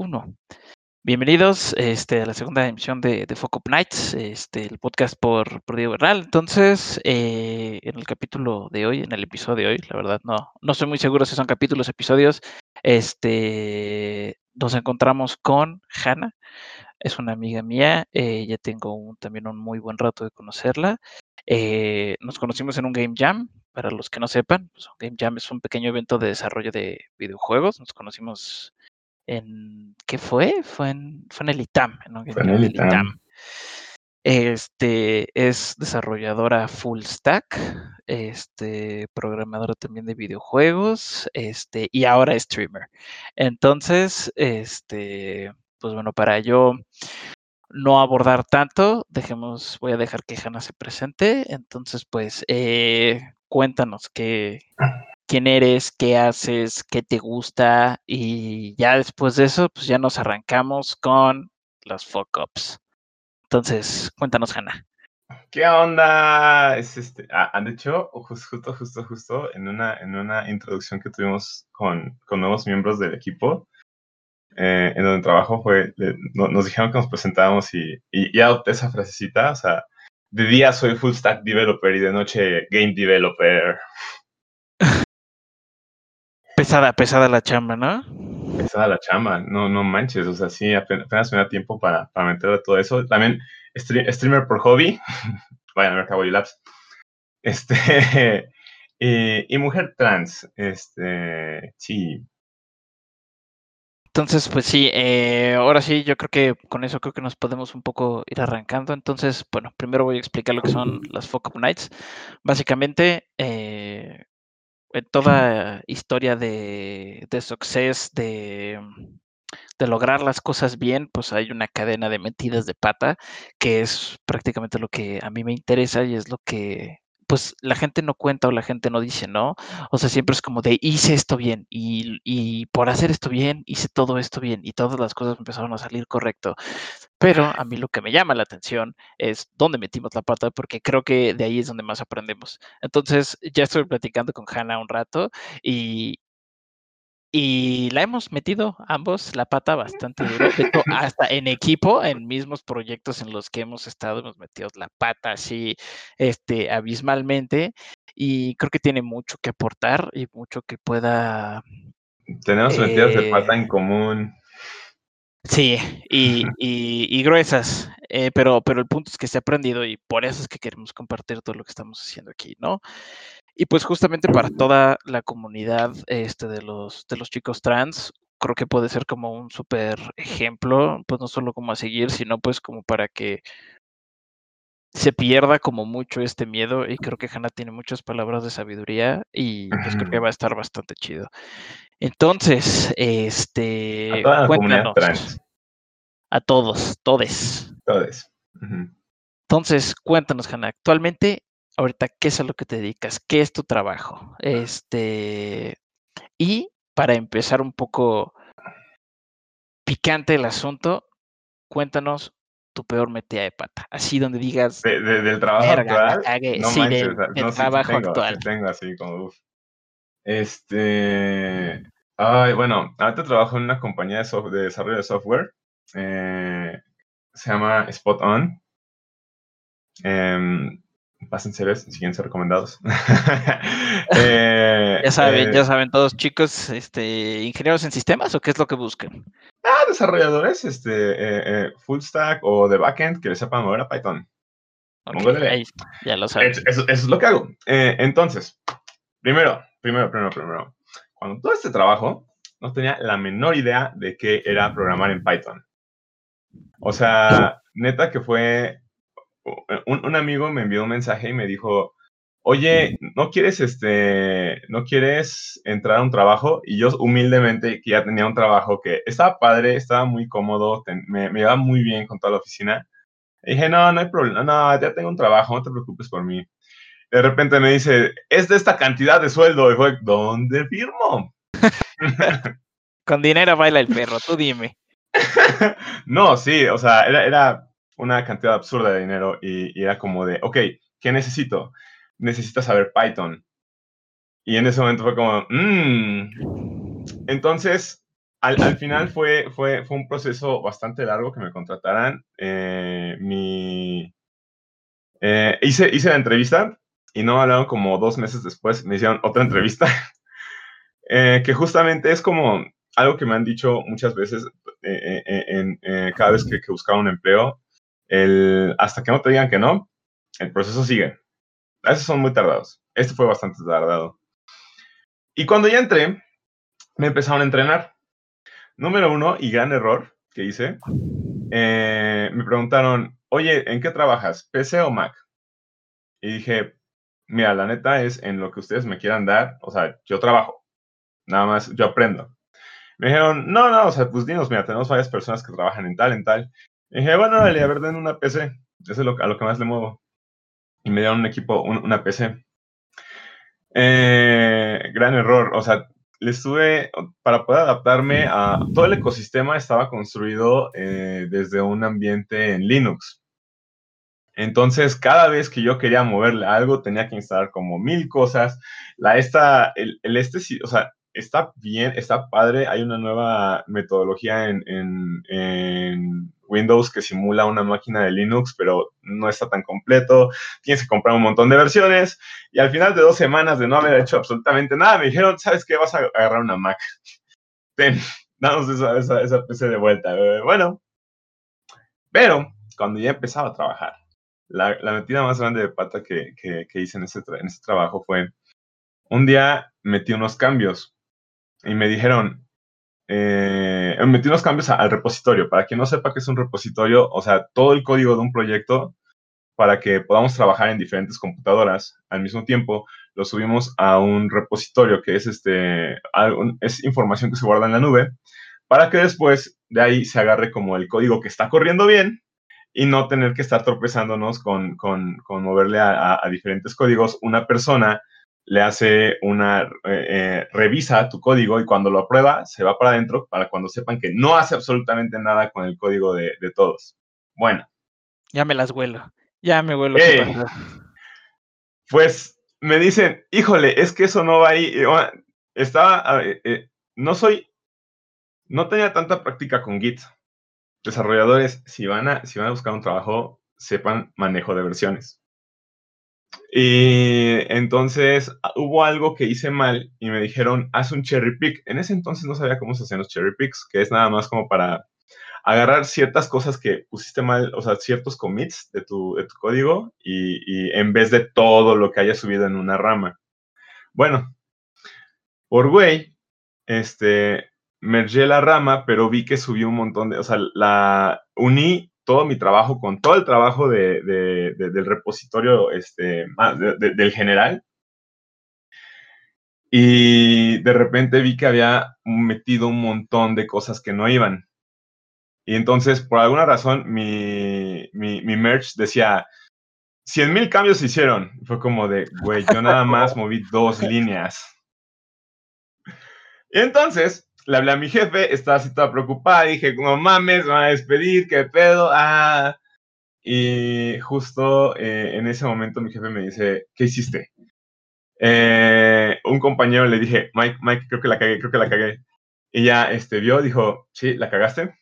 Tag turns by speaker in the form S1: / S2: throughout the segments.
S1: Uno. Bienvenidos a la segunda emisión de Foco Nights, el podcast por Diego Bernal. Entonces, en el capítulo de hoy, en el episodio de hoy, la verdad no estoy muy seguro si son capítulos, episodios, nos encontramos con Hannah. Es una amiga mía, ya tengo también un muy buen rato de conocerla. Nos conocimos en un Game Jam. Para los que no sepan, pues un Game Jam es un pequeño evento de desarrollo de videojuegos. Nos conocimos ¿qué fue? Fue en el ITAM, en un Game
S2: Fue en
S1: Jam
S2: el
S1: del ITAM.
S2: ITAM.
S1: Es desarrolladora full stack, programadora también de videojuegos, y ahora streamer. Entonces, pues bueno, para yo no abordar tanto, voy a dejar que Hannah se presente. Entonces, pues, cuéntanos quién eres, qué haces, qué te gusta, y ya después de eso, pues ya nos arrancamos con los fuck ups. Entonces, cuéntanos, Hannah.
S2: ¿Qué onda? De hecho, justo en una introducción que tuvimos con nuevos miembros del equipo, en donde trabajo nos dijeron que nos presentábamos y adopté esa frasecita. O sea, de día soy full stack developer y de noche game developer.
S1: Pesada la chamba, ¿no?
S2: Pesada la chamba, no manches. O sea, sí, apenas me da tiempo para meterle todo eso. También streamer por hobby. Vayan a ver Kawaii Labs. Y mujer trans, sí.
S1: Entonces, pues sí, ahora sí, yo creo que con eso creo que nos podemos un poco ir arrancando. Entonces, bueno, primero voy a explicar lo que son las Fuck Up Nights. Básicamente, en toda historia de success, de lograr las cosas bien, pues hay una cadena de metidas de pata, que es prácticamente lo que a mí me interesa y es lo que pues la gente no cuenta o la gente no dice, ¿no? O sea, siempre es como de hice esto bien y por hacer esto bien, hice todo esto bien y todas las cosas empezaron a salir correcto. Pero a mí lo que me llama la atención es dónde metimos la pata, porque creo que de ahí es donde más aprendemos. Entonces, ya estoy platicando con Hannah un rato y, y la hemos metido ambos la pata bastante duro. De hecho, hasta en equipo, en mismos proyectos en los que hemos estado, hemos metido la pata así, abismalmente. Y creo que tiene mucho que aportar y mucho que pueda.
S2: Tenemos metidas de pata en
S1: eh,
S2: común.
S1: sí, y gruesas. Pero el punto es que se ha aprendido y por eso es que queremos compartir todo lo que estamos haciendo aquí, ¿no? Y pues justamente para toda la comunidad de los chicos trans, creo que puede ser como un súper ejemplo, pues no solo como a seguir, sino pues como para que se pierda como mucho este miedo. Y creo que Hannah tiene muchas palabras de sabiduría y pues creo que va a estar bastante chido. Entonces,
S2: A toda la comunidad
S1: cuéntanos
S2: trans.
S1: a todos, todes.
S2: Todos.
S1: Entonces, cuéntanos, Hannah, actualmente, ahorita, ¿qué es a lo que te dedicas? ¿Qué es tu trabajo? Y para empezar un poco picante el asunto, cuéntanos tu peor metida de pata. Así donde digas,
S2: Del trabajo
S1: verga, la
S2: actual,
S1: cagué.
S2: no
S1: Sí,
S2: manches.
S1: del
S2: No, sí
S1: trabajo
S2: tengo,
S1: actual.
S2: así como, uf. Ay, bueno, ahorita trabajo en una compañía de desarrollo de software. Se llama Spot On. Pásense, siguientes recomendados.
S1: Ya saben todos, chicos, ingenieros en sistemas o qué es lo que buscan.
S2: Desarrolladores, full stack o de backend que les sepan mover a Python.
S1: Ok,
S2: MongoDB.
S1: ahí ya lo saben.
S2: Eso es lo que hago. Entonces, primero. Cuando todo este trabajo, no tenía la menor idea de qué era programar en Python. O sea, neta que fue un amigo me envió un mensaje y me dijo, oye, ¿no quieres entrar a un trabajo? Y yo humildemente, que ya tenía un trabajo que estaba padre, estaba muy cómodo, me iba muy bien con toda la oficina. Y dije, no hay problema, no, ya tengo un trabajo, no te preocupes por mí. De repente me dice, es de esta cantidad de sueldo. Y fue, ¿dónde firmo?
S1: Con dinero baila el perro, tú dime.
S2: No, sí, o sea, era una cantidad absurda de dinero y era como de, ok, ¿qué necesito? Necesitas saber Python. Y en ese momento fue como, Entonces, al final fue un proceso bastante largo que me contrataran. Hice la entrevista y no me hablaron como 2 meses después, me hicieron otra entrevista, que justamente es como algo que me han dicho muchas veces cada vez que buscaba un empleo, hasta que no te digan que no, el proceso sigue. A veces son muy tardados. Este fue bastante tardado. Y cuando ya entré, me empezaron a entrenar. Número 1, y gran error que hice, me preguntaron, oye, ¿en qué trabajas? ¿PC o Mac? Y dije, mira, la neta es en lo que ustedes me quieran dar, o sea, yo trabajo, nada más, yo aprendo. Me dijeron, no, o sea, pues dinos, mira, tenemos varias personas que trabajan en tal, en tal. Y dije, bueno, dale, a ver, den una PC, eso es a lo que más le muevo. Y me dieron un equipo, una PC. Gran error, o sea, para poder adaptarme a todo el ecosistema estaba construido desde un ambiente en Linux. Entonces, cada vez que yo quería moverle algo, tenía que instalar como 1000 cosas. O sea, está bien, está padre. Hay una nueva metodología en Windows que simula una máquina de Linux, pero no está tan completo. Tienes que comprar un montón de versiones. Y al final de 2 semanas de no haber hecho absolutamente nada, me dijeron, ¿sabes qué? Vas a agarrar una Mac. Ten, danos esa PC de vuelta. Bueno, pero cuando ya empezaba a trabajar, la metida más grande de pata que hice en ese trabajo fue, un día metí unos cambios y me dijeron, metí unos cambios al repositorio. Para quien no sepa qué es un repositorio, o sea, todo el código de un proyecto para que podamos trabajar en diferentes computadoras al mismo tiempo, lo subimos a un repositorio que es, es información que se guarda en la nube, para que después de ahí se agarre como el código que está corriendo bien y no tener que estar tropezándonos con moverle a diferentes códigos. Una persona le hace revisa tu código y cuando lo aprueba se va para adentro para cuando sepan que no hace absolutamente nada con el código de todos. Bueno.
S1: Ya me las huelo. Ya me huelo qué pasa.
S2: Pues me dicen, híjole, es que eso no va ahí. No tenía tanta práctica con Git. Desarrolladores, si van a buscar un trabajo, sepan manejo de versiones. Y entonces hubo algo que hice mal y me dijeron, haz un cherry pick. En ese entonces no sabía cómo se hacían los cherry picks, que es nada más como para agarrar ciertas cosas que pusiste mal, o sea, ciertos commits de tu código y en vez de todo lo que haya subido en una rama. Bueno, por güey, mergé la rama, pero vi que subí un montón o sea, uní todo mi trabajo con todo el trabajo del repositorio, del general. Y de repente vi que había metido un montón de cosas que no iban. Y entonces, por alguna razón, mi merge decía, 100,000 cambios se hicieron. Fue como de, güey, yo nada más moví 2 líneas. Y entonces, le hablé a mi jefe, estaba así toda preocupada, dije, no mames, me van a despedir, qué pedo, Y justo en ese momento mi jefe me dice, ¿qué hiciste? Un compañero le dije, Mike, creo que la cagué. Y ya vio, dijo, sí, ¿la cagaste?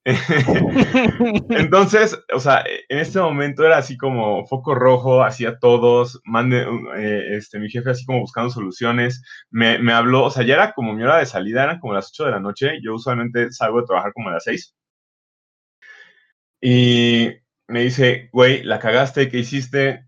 S2: Entonces, o sea, en este momento era así como foco rojo, hacia todos, mi jefe así como buscando soluciones, me habló, o sea, ya era como mi hora de salida, eran como las 8 de la noche, yo usualmente salgo de trabajar como a las 6, y me dice, güey, la cagaste, ¿qué hiciste?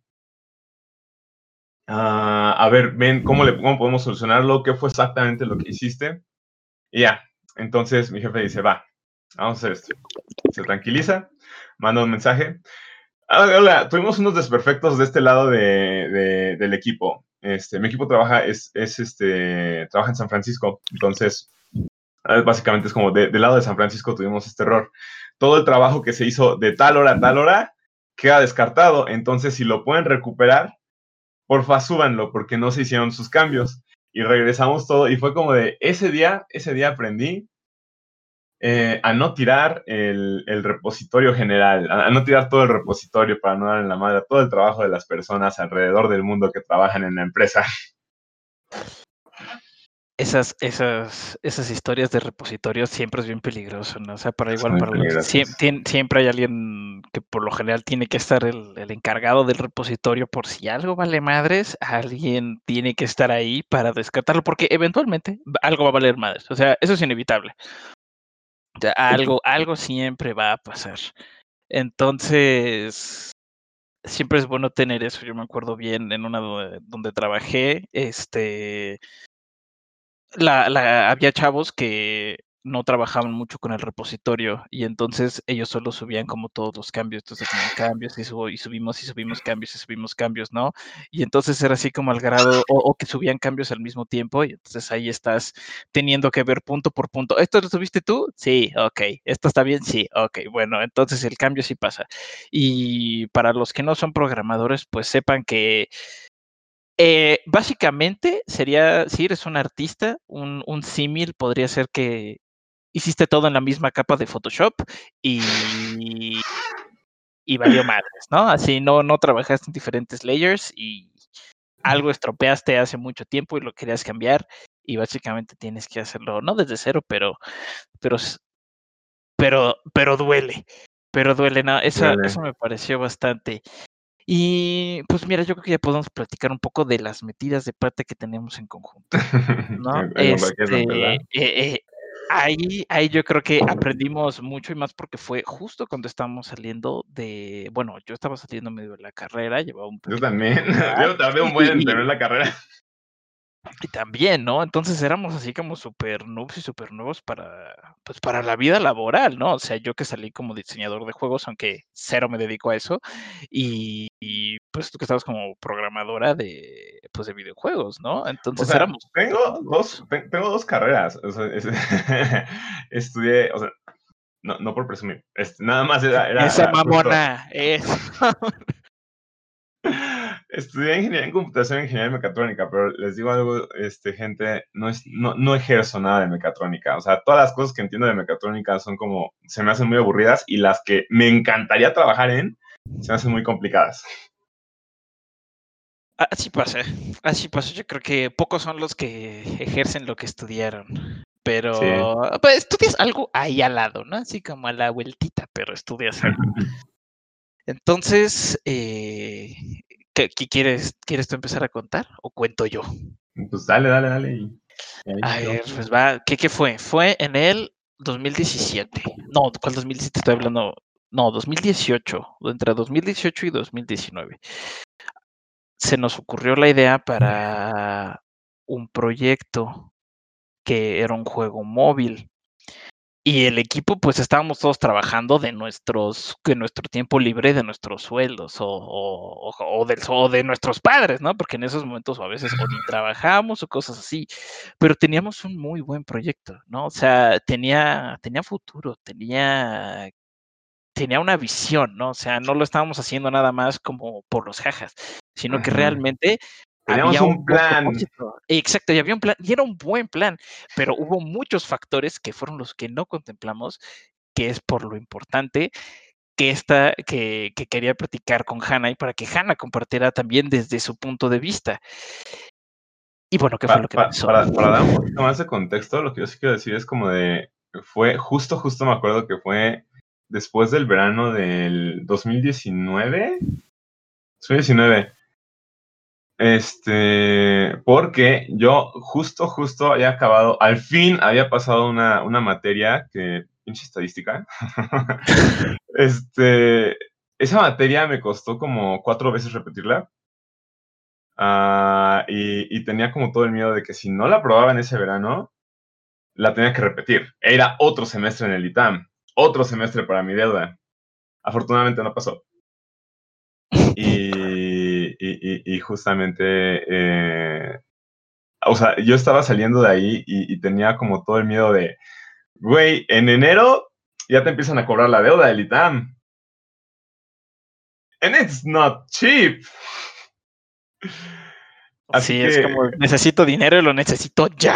S2: A ver, ven, ¿cómo podemos solucionarlo? ¿Qué fue exactamente lo que hiciste? Y ya, entonces mi jefe dice, va, vamos a hacer esto. Se tranquiliza, manda un mensaje. Hola, tuvimos unos desperfectos de este lado del equipo. Mi equipo trabaja en San Francisco, entonces básicamente es como del lado de San Francisco tuvimos este error. Todo el trabajo que se hizo de tal hora a tal hora queda descartado, entonces si lo pueden recuperar, porfa súbanlo porque no se hicieron sus cambios. Y regresamos todo y fue como de ese día aprendí a no tirar el repositorio general, a no tirar todo el repositorio para no dar en la madre a todo el trabajo de las personas alrededor del mundo que trabajan en la empresa.
S1: esas historias de repositorios siempre es bien peligroso, ¿no? O sea, para
S2: Son
S1: igual,
S2: muy
S1: para los
S2: peligrosas.
S1: siempre hay alguien que por lo general tiene que estar el encargado del repositorio por si algo vale madres, alguien tiene que estar ahí para descartarlo, porque eventualmente algo va a valer madres. O sea, eso es inevitable. O sea, algo siempre va a pasar. Entonces, siempre es bueno tener eso. Yo me acuerdo bien en una donde trabajé, había chavos que no trabajaban mucho con el repositorio y entonces ellos solo subían como todos los cambios, entonces como cambios y subimos cambios y subimos cambios, ¿no? Y entonces era así como al grado, o que subían cambios al mismo tiempo y entonces ahí estás teniendo que ver punto por punto. ¿Esto lo subiste tú? Sí, ok. ¿Esto está bien? Sí, ok. Bueno, entonces el cambio sí pasa. Y para los que no son programadores, pues sepan que básicamente sería, si eres un artista, un símil podría ser que hiciste todo en la misma capa de Photoshop y y valió madres, ¿no? Así no trabajaste en diferentes layers y algo estropeaste hace mucho tiempo y lo querías cambiar, y básicamente tienes que hacerlo, no desde cero, pero s pero duele, no, eso
S2: Duele.
S1: me pareció bastante. Y, pues mira, yo creo que ya podemos platicar un poco de las metidas de pata que tenemos en conjunto, ¿no?
S2: ¿Con cuál quieres empezar?
S1: Ahí yo creo que aprendimos mucho y más porque fue justo cuando estábamos saliendo de bueno, yo estaba saliendo medio de la carrera, llevaba un
S2: Yo
S1: poquito
S2: también.
S1: tiempo ya,
S2: Yo tardé un buen en
S1: y
S2: terminar la carrera.
S1: y también, ¿no? Entonces éramos así como súper noobs y súper nuevos para, pues, para la vida laboral, ¿no? O sea, yo que salí como diseñador de juegos, aunque cero me dedico a eso, y pues tú que estabas como programadora de, pues, de videojuegos, ¿no?
S2: O
S1: Entonces
S2: sea,
S1: éramos súper nuevos.
S2: tengo dos carreras. O sea, estudié, o sea, no por presumir. Nada más
S1: Esa
S2: era justo.
S1: mamona, eso.
S2: Estudié ingeniería en computación e ingeniería en mecatrónica, pero les digo algo, gente, no ejerzo nada de mecatrónica. O sea, todas las cosas que entiendo de mecatrónica son como, se me hacen muy aburridas y las que me encantaría trabajar se me hacen muy complicadas.
S1: Así pasa, así pasa. Yo creo que pocos son los que ejercen lo que estudiaron,
S2: Sí.
S1: pero, pues, estudias algo ahí al lado, ¿no? Así como a la vueltita, pero estudias algo. Entonces, ¿qué quieres tú empezar a contar o cuento yo?
S2: Pues dale. Y ahí
S1: A ver,
S2: vamos.
S1: pues va, ¿qué fue? Fue en el 2017. No, ¿cuál 2017? Estoy hablando, no, 2018, entre 2018 y 2019. Se nos ocurrió la idea para un proyecto que era un juego móvil. Y el equipo, pues, estábamos todos trabajando de nuestro tiempo libre, de nuestros sueldos, o de nuestros padres, ¿no? Porque en esos momentos, o a veces, o ni trabajábamos o cosas así, pero teníamos un muy buen proyecto, ¿no? O sea, tenía futuro, tenía una visión, ¿no? O sea, no lo estábamos haciendo nada más como por los jajas, sino que
S2: Ujú.
S1: realmente
S2: Teníamos
S1: había
S2: un
S1: un buen
S2: plan.
S1: propósito. Exacto, y había un plan, y era un buen plan, pero hubo muchos factores que fueron los que no contemplamos, que es por lo importante que quería platicar con Hannah y para que Hannah compartiera también desde su punto de vista. Y bueno, ¿qué fue lo que pasó?
S2: Para dar un poquito más de contexto, lo que yo sí quiero decir es como fue justo me acuerdo que fue después del verano del 2019, 2019, porque yo justo había acabado, al fin había pasado una materia que, pinche estadística, esa materia me costó como 4 veces repetirla. Y tenía como todo el miedo de que si no la aprobaba en ese verano, la tenía que repetir. Era otro semestre en el ITAM, otro semestre para mi deuda. Afortunadamente no pasó. Y justamente, o sea, yo estaba saliendo de ahí y tenía como todo el miedo de, güey, en enero ya te empiezan a cobrar la deuda del ITAM. And it's not cheap. Así
S1: Sí, es
S2: que
S1: como, necesito dinero y lo necesito ya.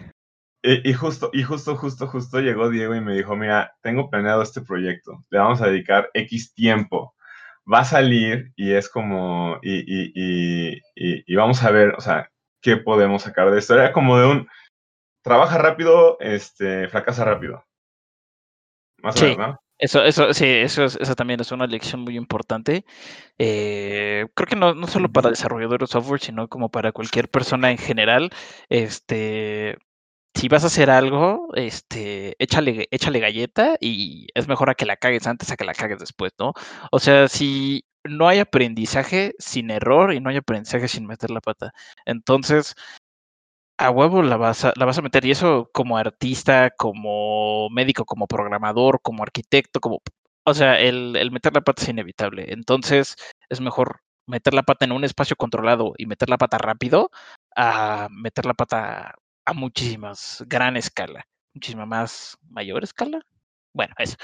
S2: Justo llegó Diego y me dijo, mira, tengo planeado este proyecto, le vamos a dedicar X tiempo, va a salir y es como, y vamos a ver, o sea, qué podemos sacar de esto. Era como de trabaja rápido, fracasa rápido. Más o menos,
S1: Sí,
S2: ¿no?
S1: eso también es una lección muy importante. Creo que no solo para desarrolladores de software, sino como para cualquier persona en general. Si vas a hacer algo, échale galleta y es mejor a que la cagues antes a que la cagues después, ¿no? O sea, si no hay aprendizaje sin error y no hay aprendizaje sin meter la pata. Entonces, a huevo la vas a meter, y eso como artista, como médico, como programador, como arquitecto, o sea, el meter la pata es inevitable. Entonces, es mejor meter la pata en un espacio controlado y meter la pata rápido, a meter la pata a gran escala, muchísima más mayor escala. Bueno, eso.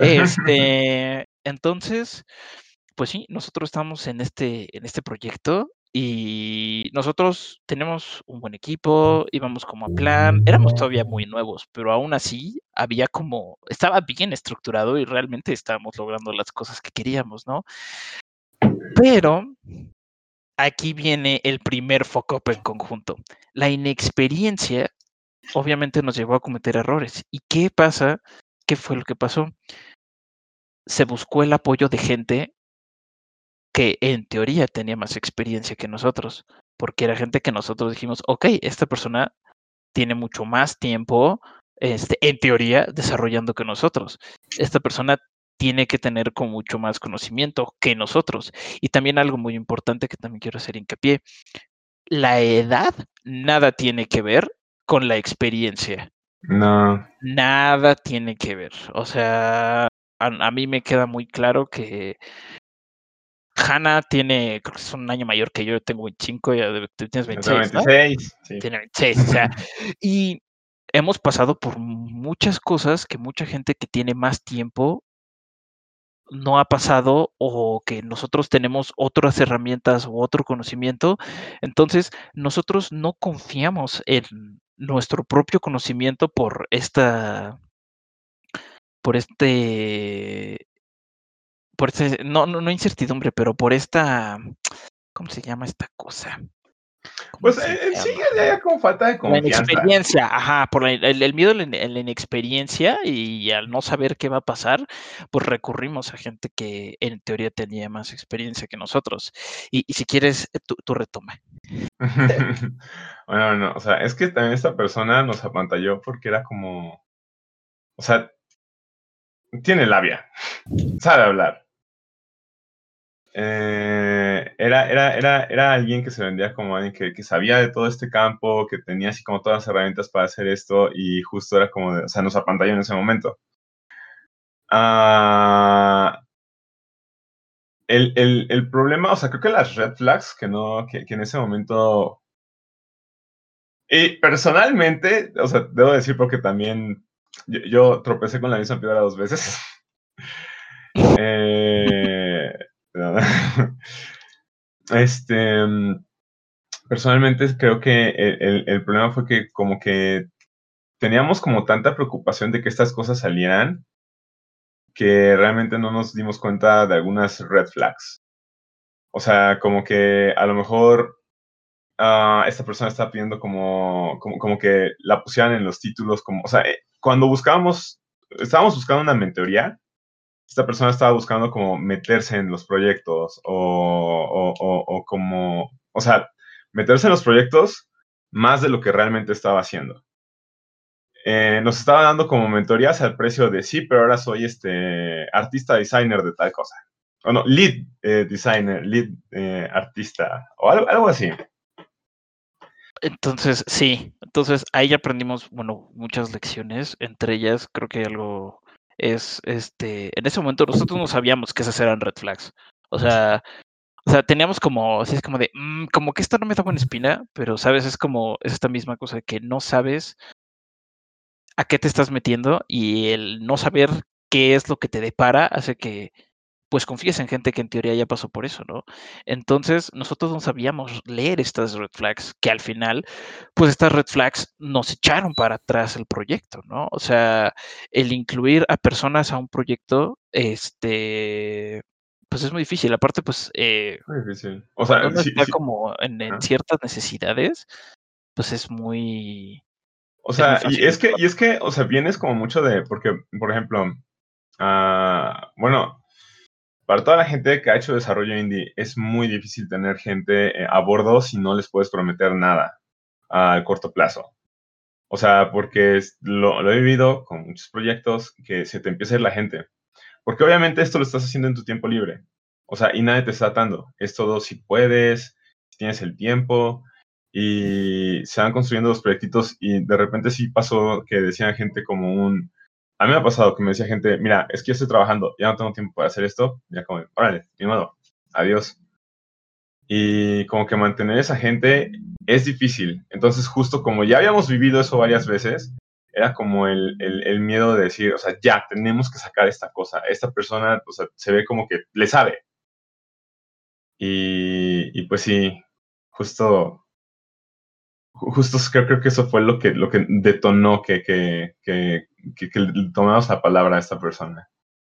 S1: Entonces, pues sí, nosotros estamos en este proyecto y nosotros tenemos un buen equipo, íbamos como a plan, éramos todavía muy nuevos, pero aún así estaba bien estructurado y realmente estábamos logrando las cosas que queríamos, ¿no? Pero aquí viene el primer foco en conjunto. La inexperiencia obviamente nos llevó a cometer errores. ¿Y qué pasa? ¿Qué fue lo que pasó? Se buscó el apoyo de gente que en teoría tenía más experiencia que nosotros, porque era gente que nosotros dijimos, ok, esta persona tiene mucho más tiempo, en teoría, desarrollando que nosotros. Esta persona tiene que tener con mucho más conocimiento que nosotros. Y también algo muy importante que también quiero hacer hincapié, la edad nada tiene que ver con la experiencia.
S2: No,
S1: Nada tiene que ver. O sea, a mí me queda muy claro que Hannah creo que es un año mayor que yo tengo 25, tú tienes
S2: yo tengo
S1: 26, ¿no?
S2: 26, sí.
S1: Tiene 26, o sea, y hemos pasado por muchas cosas que mucha gente que tiene más tiempo no ha pasado, o que nosotros tenemos otras herramientas u otro conocimiento. Entonces, nosotros no confiamos en nuestro propio conocimiento por este no incertidumbre, pero por esta, ¿cómo se llama esta cosa? ¿Cómo
S2: Pues
S1: se
S2: en sí
S1: llama?
S2: ya como falta de
S1: La
S2: confianza.
S1: inexperiencia, ajá, por el miedo a la inexperiencia, y al no saber qué va a pasar, pues recurrimos a gente que en teoría tenía más experiencia que nosotros. Y si quieres, tú retoma.
S2: Bueno, no, o sea, es que también esta persona nos apantalló porque era como, o sea, tiene labia, sabe hablar. Era alguien que se vendía como alguien que sabía de todo este campo, que tenía así como todas las herramientas para hacer esto, y justo era como o sea, nos apantalló en ese momento. Ah, el problema, o sea, creo que las red flags que en ese momento. Y personalmente, o sea, debo decir porque también yo tropecé con la misma piedra 2 veces. Eh, este, personalmente creo que el problema fue que como que teníamos como tanta preocupación de que estas cosas salieran, que realmente no nos dimos cuenta de algunas red flags. O sea, como que a lo mejor esta persona estaba pidiendo como que la pusieran en los títulos, como, o sea, cuando estábamos buscando una mentoría, esta persona estaba buscando como meterse en los proyectos o como, o sea, meterse en los proyectos más de lo que realmente estaba haciendo. Nos estaba dando como mentorías al precio de sí, pero ahora soy artista designer de tal cosa. O no, lead designer, lead artista, o algo así.
S1: Entonces, sí, ahí aprendimos, bueno, muchas lecciones, entre ellas creo que algo en ese momento nosotros no sabíamos que esas eran red flags. O sea, teníamos como, así es como de, como que esto no me da buena espina, pero sabes, es esta misma cosa de que no sabes a qué te estás metiendo, y el no saber qué es lo que te depara hace que pues confíes en gente que en teoría ya pasó por eso, ¿no? Entonces, nosotros no sabíamos leer estas red flags, que al final, pues estas red flags nos echaron para atrás el proyecto, ¿no? O sea, el incluir a personas a un proyecto, pues es muy difícil. Aparte, pues,
S2: Muy difícil. O
S1: cuando
S2: sea,
S1: uno
S2: sí,
S1: está
S2: sí.
S1: como en
S2: Ajá.
S1: ciertas necesidades, pues es muy,
S2: O
S1: Es muy
S2: sea,
S1: fácil.
S2: o sea, vienes como mucho de, porque, por ejemplo, bueno, para toda la gente que ha hecho desarrollo indie, es muy difícil tener gente a bordo si no les puedes prometer nada a corto plazo. O sea, porque lo he vivido con muchos proyectos que se te empieza a ir la gente. Porque obviamente esto lo estás haciendo en tu tiempo libre. O sea, y nadie te está atando. Es todo si puedes, si tienes el tiempo. Y se van construyendo los proyectitos y de repente sí pasó que decían gente como un... A mí me ha pasado que me decía gente, mira, es que yo estoy trabajando, ya no tengo tiempo para hacer esto. Ya como, órale, ni modo, adiós. Y como que mantener esa gente es difícil. Entonces justo como ya habíamos vivido eso varias veces, era como el miedo de decir, o sea, ya, tenemos que sacar esta cosa. Esta persona, o sea, se ve como que le sabe. Y pues sí, justo, justo creo que eso fue lo que detonó que le tomamos la palabra a esta persona.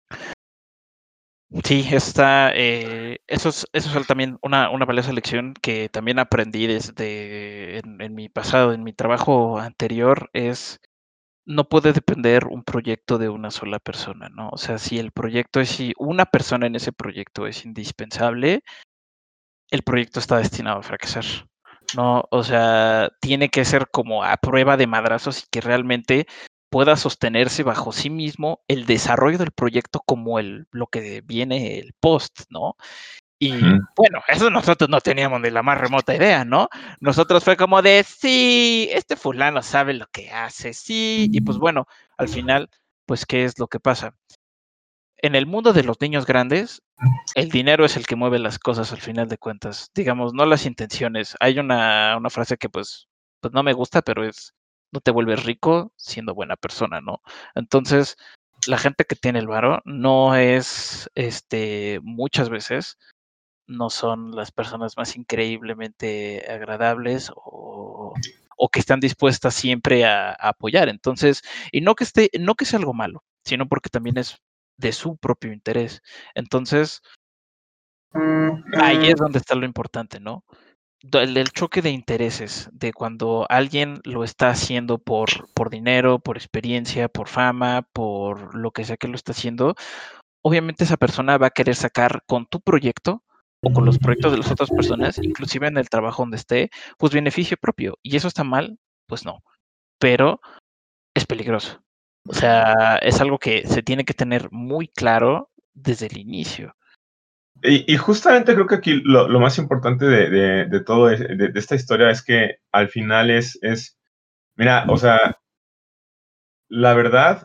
S1: Sí, eso es también una valiosa lección que también aprendí desde en mi pasado, en mi trabajo anterior, es no puede depender un proyecto de una sola persona, ¿no? O sea, si una persona en ese proyecto es indispensable, el proyecto está destinado a fracasar, ¿no? O sea, tiene que ser como a prueba de madrazos y que realmente pueda sostenerse bajo sí mismo el desarrollo del proyecto como lo que viene el post, ¿no? Y
S2: Ujú.
S1: bueno, eso nosotros no teníamos ni la más remota idea, ¿no? Nosotros fue como de, sí, este fulano sabe lo que hace, sí, y pues bueno, al final, pues, ¿qué es lo que pasa? En el mundo de los niños grandes, el dinero es el que mueve las cosas al final de cuentas, digamos, no las intenciones. Hay una frase que pues no me gusta, pero es, no te vuelves rico siendo buena persona, ¿no? Entonces, la gente que tiene el varo no es, muchas veces no son las personas más increíblemente agradables o que están dispuestas siempre a apoyar. Entonces, y no que sea algo malo, sino porque también es de su propio interés. Entonces, ahí es donde está lo importante, ¿no? El choque de intereses, de cuando alguien lo está haciendo por dinero, por experiencia, por fama, por lo que sea que lo está haciendo, obviamente esa persona va a querer sacar con tu proyecto o con los proyectos de las otras personas, inclusive en el trabajo donde esté, pues beneficio propio. ¿Y eso está mal? Pues no, pero es peligroso. O sea, es algo que se tiene que tener muy claro desde el inicio.
S2: Y justamente creo que aquí lo más importante de todo de esta historia es que al final mira, o sea, la verdad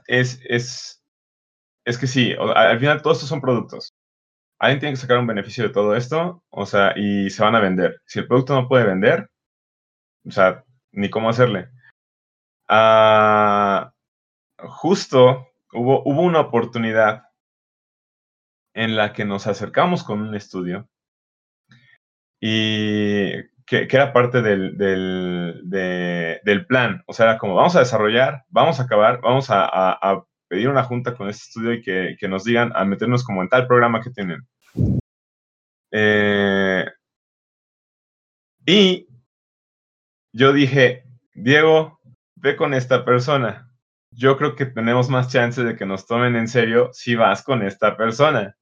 S2: es que sí, al final todos estos son productos. Alguien tiene que sacar un beneficio de todo esto, o sea, y se van a vender. Si el producto no puede vender, o sea, ni cómo hacerle. Ah, justo hubo una oportunidad en la que nos acercamos con un estudio y que era parte del plan. O sea, era como vamos a desarrollar, vamos a acabar, vamos a pedir una junta con este estudio y que nos digan a meternos como en tal programa que tienen. Y yo dije, Diego, ve con esta persona. Yo creo que tenemos más chance de que nos tomen en serio si vas con esta persona.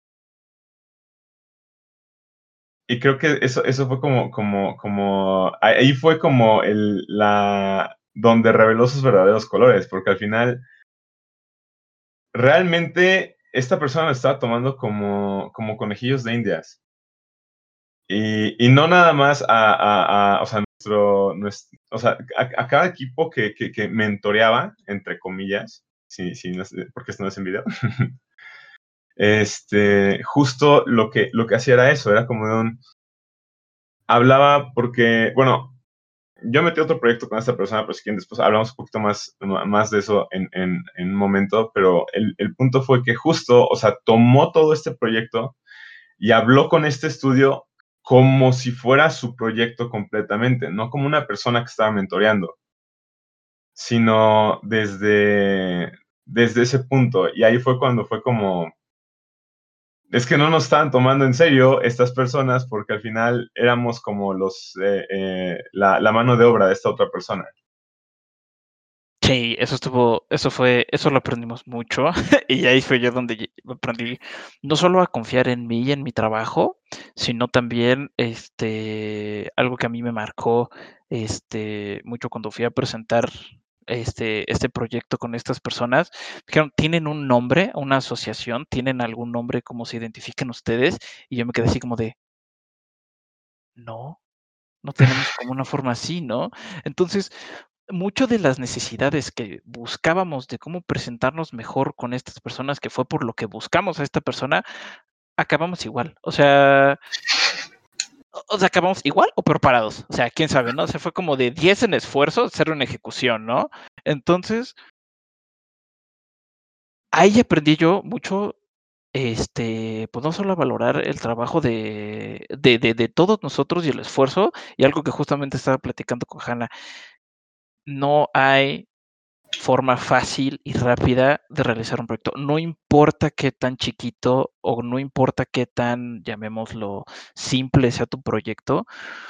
S2: Y creo que eso fue ahí fue como donde reveló sus verdaderos colores, porque al final, realmente, esta persona lo estaba tomando como conejillos de indias. Y no nada más o sea, o sea, a cada equipo que mentoreaba, entre comillas, porque esto no es en video, justo lo que hacía era eso, era como hablaba porque, bueno, yo metí otro proyecto con esta persona, pero si quieren después hablamos un poquito más de eso en un momento, pero el punto fue que justo, o sea, tomó todo este proyecto y habló con este estudio como si fuera su proyecto completamente, no como una persona que estaba mentoreando, sino desde ese punto. Y ahí fue cuando fue como, es que no nos estaban tomando en serio estas personas porque al final éramos como la mano de obra de esta otra persona.
S1: Sí, eso lo aprendimos mucho y ahí fue yo donde aprendí no solo a confiar en mí y en mi trabajo, sino también, algo que a mí me marcó, mucho cuando fui a presentar, este proyecto con estas personas, dijeron: "¿Tienen un nombre, una asociación? ¿Tienen algún nombre, cómo se identifican ustedes?". Y yo me quedé así como de: "No, no tenemos como una forma así", ¿no? Entonces, mucho de las necesidades que buscábamos de cómo presentarnos mejor con estas personas, que fue por lo que buscamos a esta persona, acabamos igual. O sea, acabamos igual o peor parados. O sea, quién sabe, ¿no? O sea, fue como de 10 en esfuerzo, 0 en ejecución, ¿no? Entonces, ahí aprendí yo mucho, pues no solo a valorar el trabajo de todos nosotros y el esfuerzo, y algo que justamente estaba platicando con Hannah, no hay forma fácil y rápida de realizar un proyecto. No importa qué tan chiquito o no importa qué tan, llamémoslo, simple sea tu proyecto,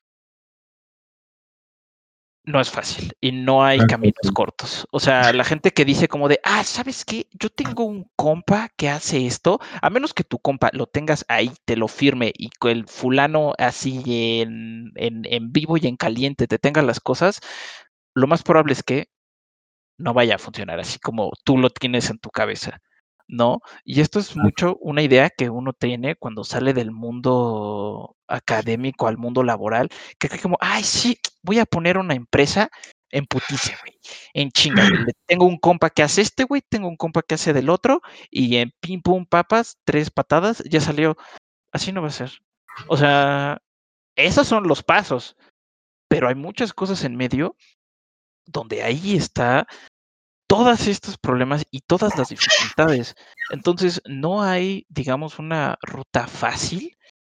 S1: no es fácil y no hay caminos cortos. O sea, la gente que dice como de, ¿sabes qué? Yo tengo un compa que hace esto, a menos que tu compa lo tengas ahí, te lo firme y que el fulano así en vivo y en caliente te tenga las cosas, lo más probable es que no vaya a funcionar así como tú lo tienes en tu cabeza, ¿no? Y esto es mucho una idea que uno tiene cuando sale del mundo académico al mundo laboral, que cree como, ay, sí, voy a poner una empresa en putiza, güey, en chinga, güey. Tengo un compa que hace güey, tengo un compa que hace del otro, y en pim, pum, papas, 3 patadas, ya salió. Así no va a ser. O sea, esos son los pasos, pero hay muchas cosas en medio donde ahí está todos estos problemas y todas las dificultades. Entonces, no hay, digamos, una ruta fácil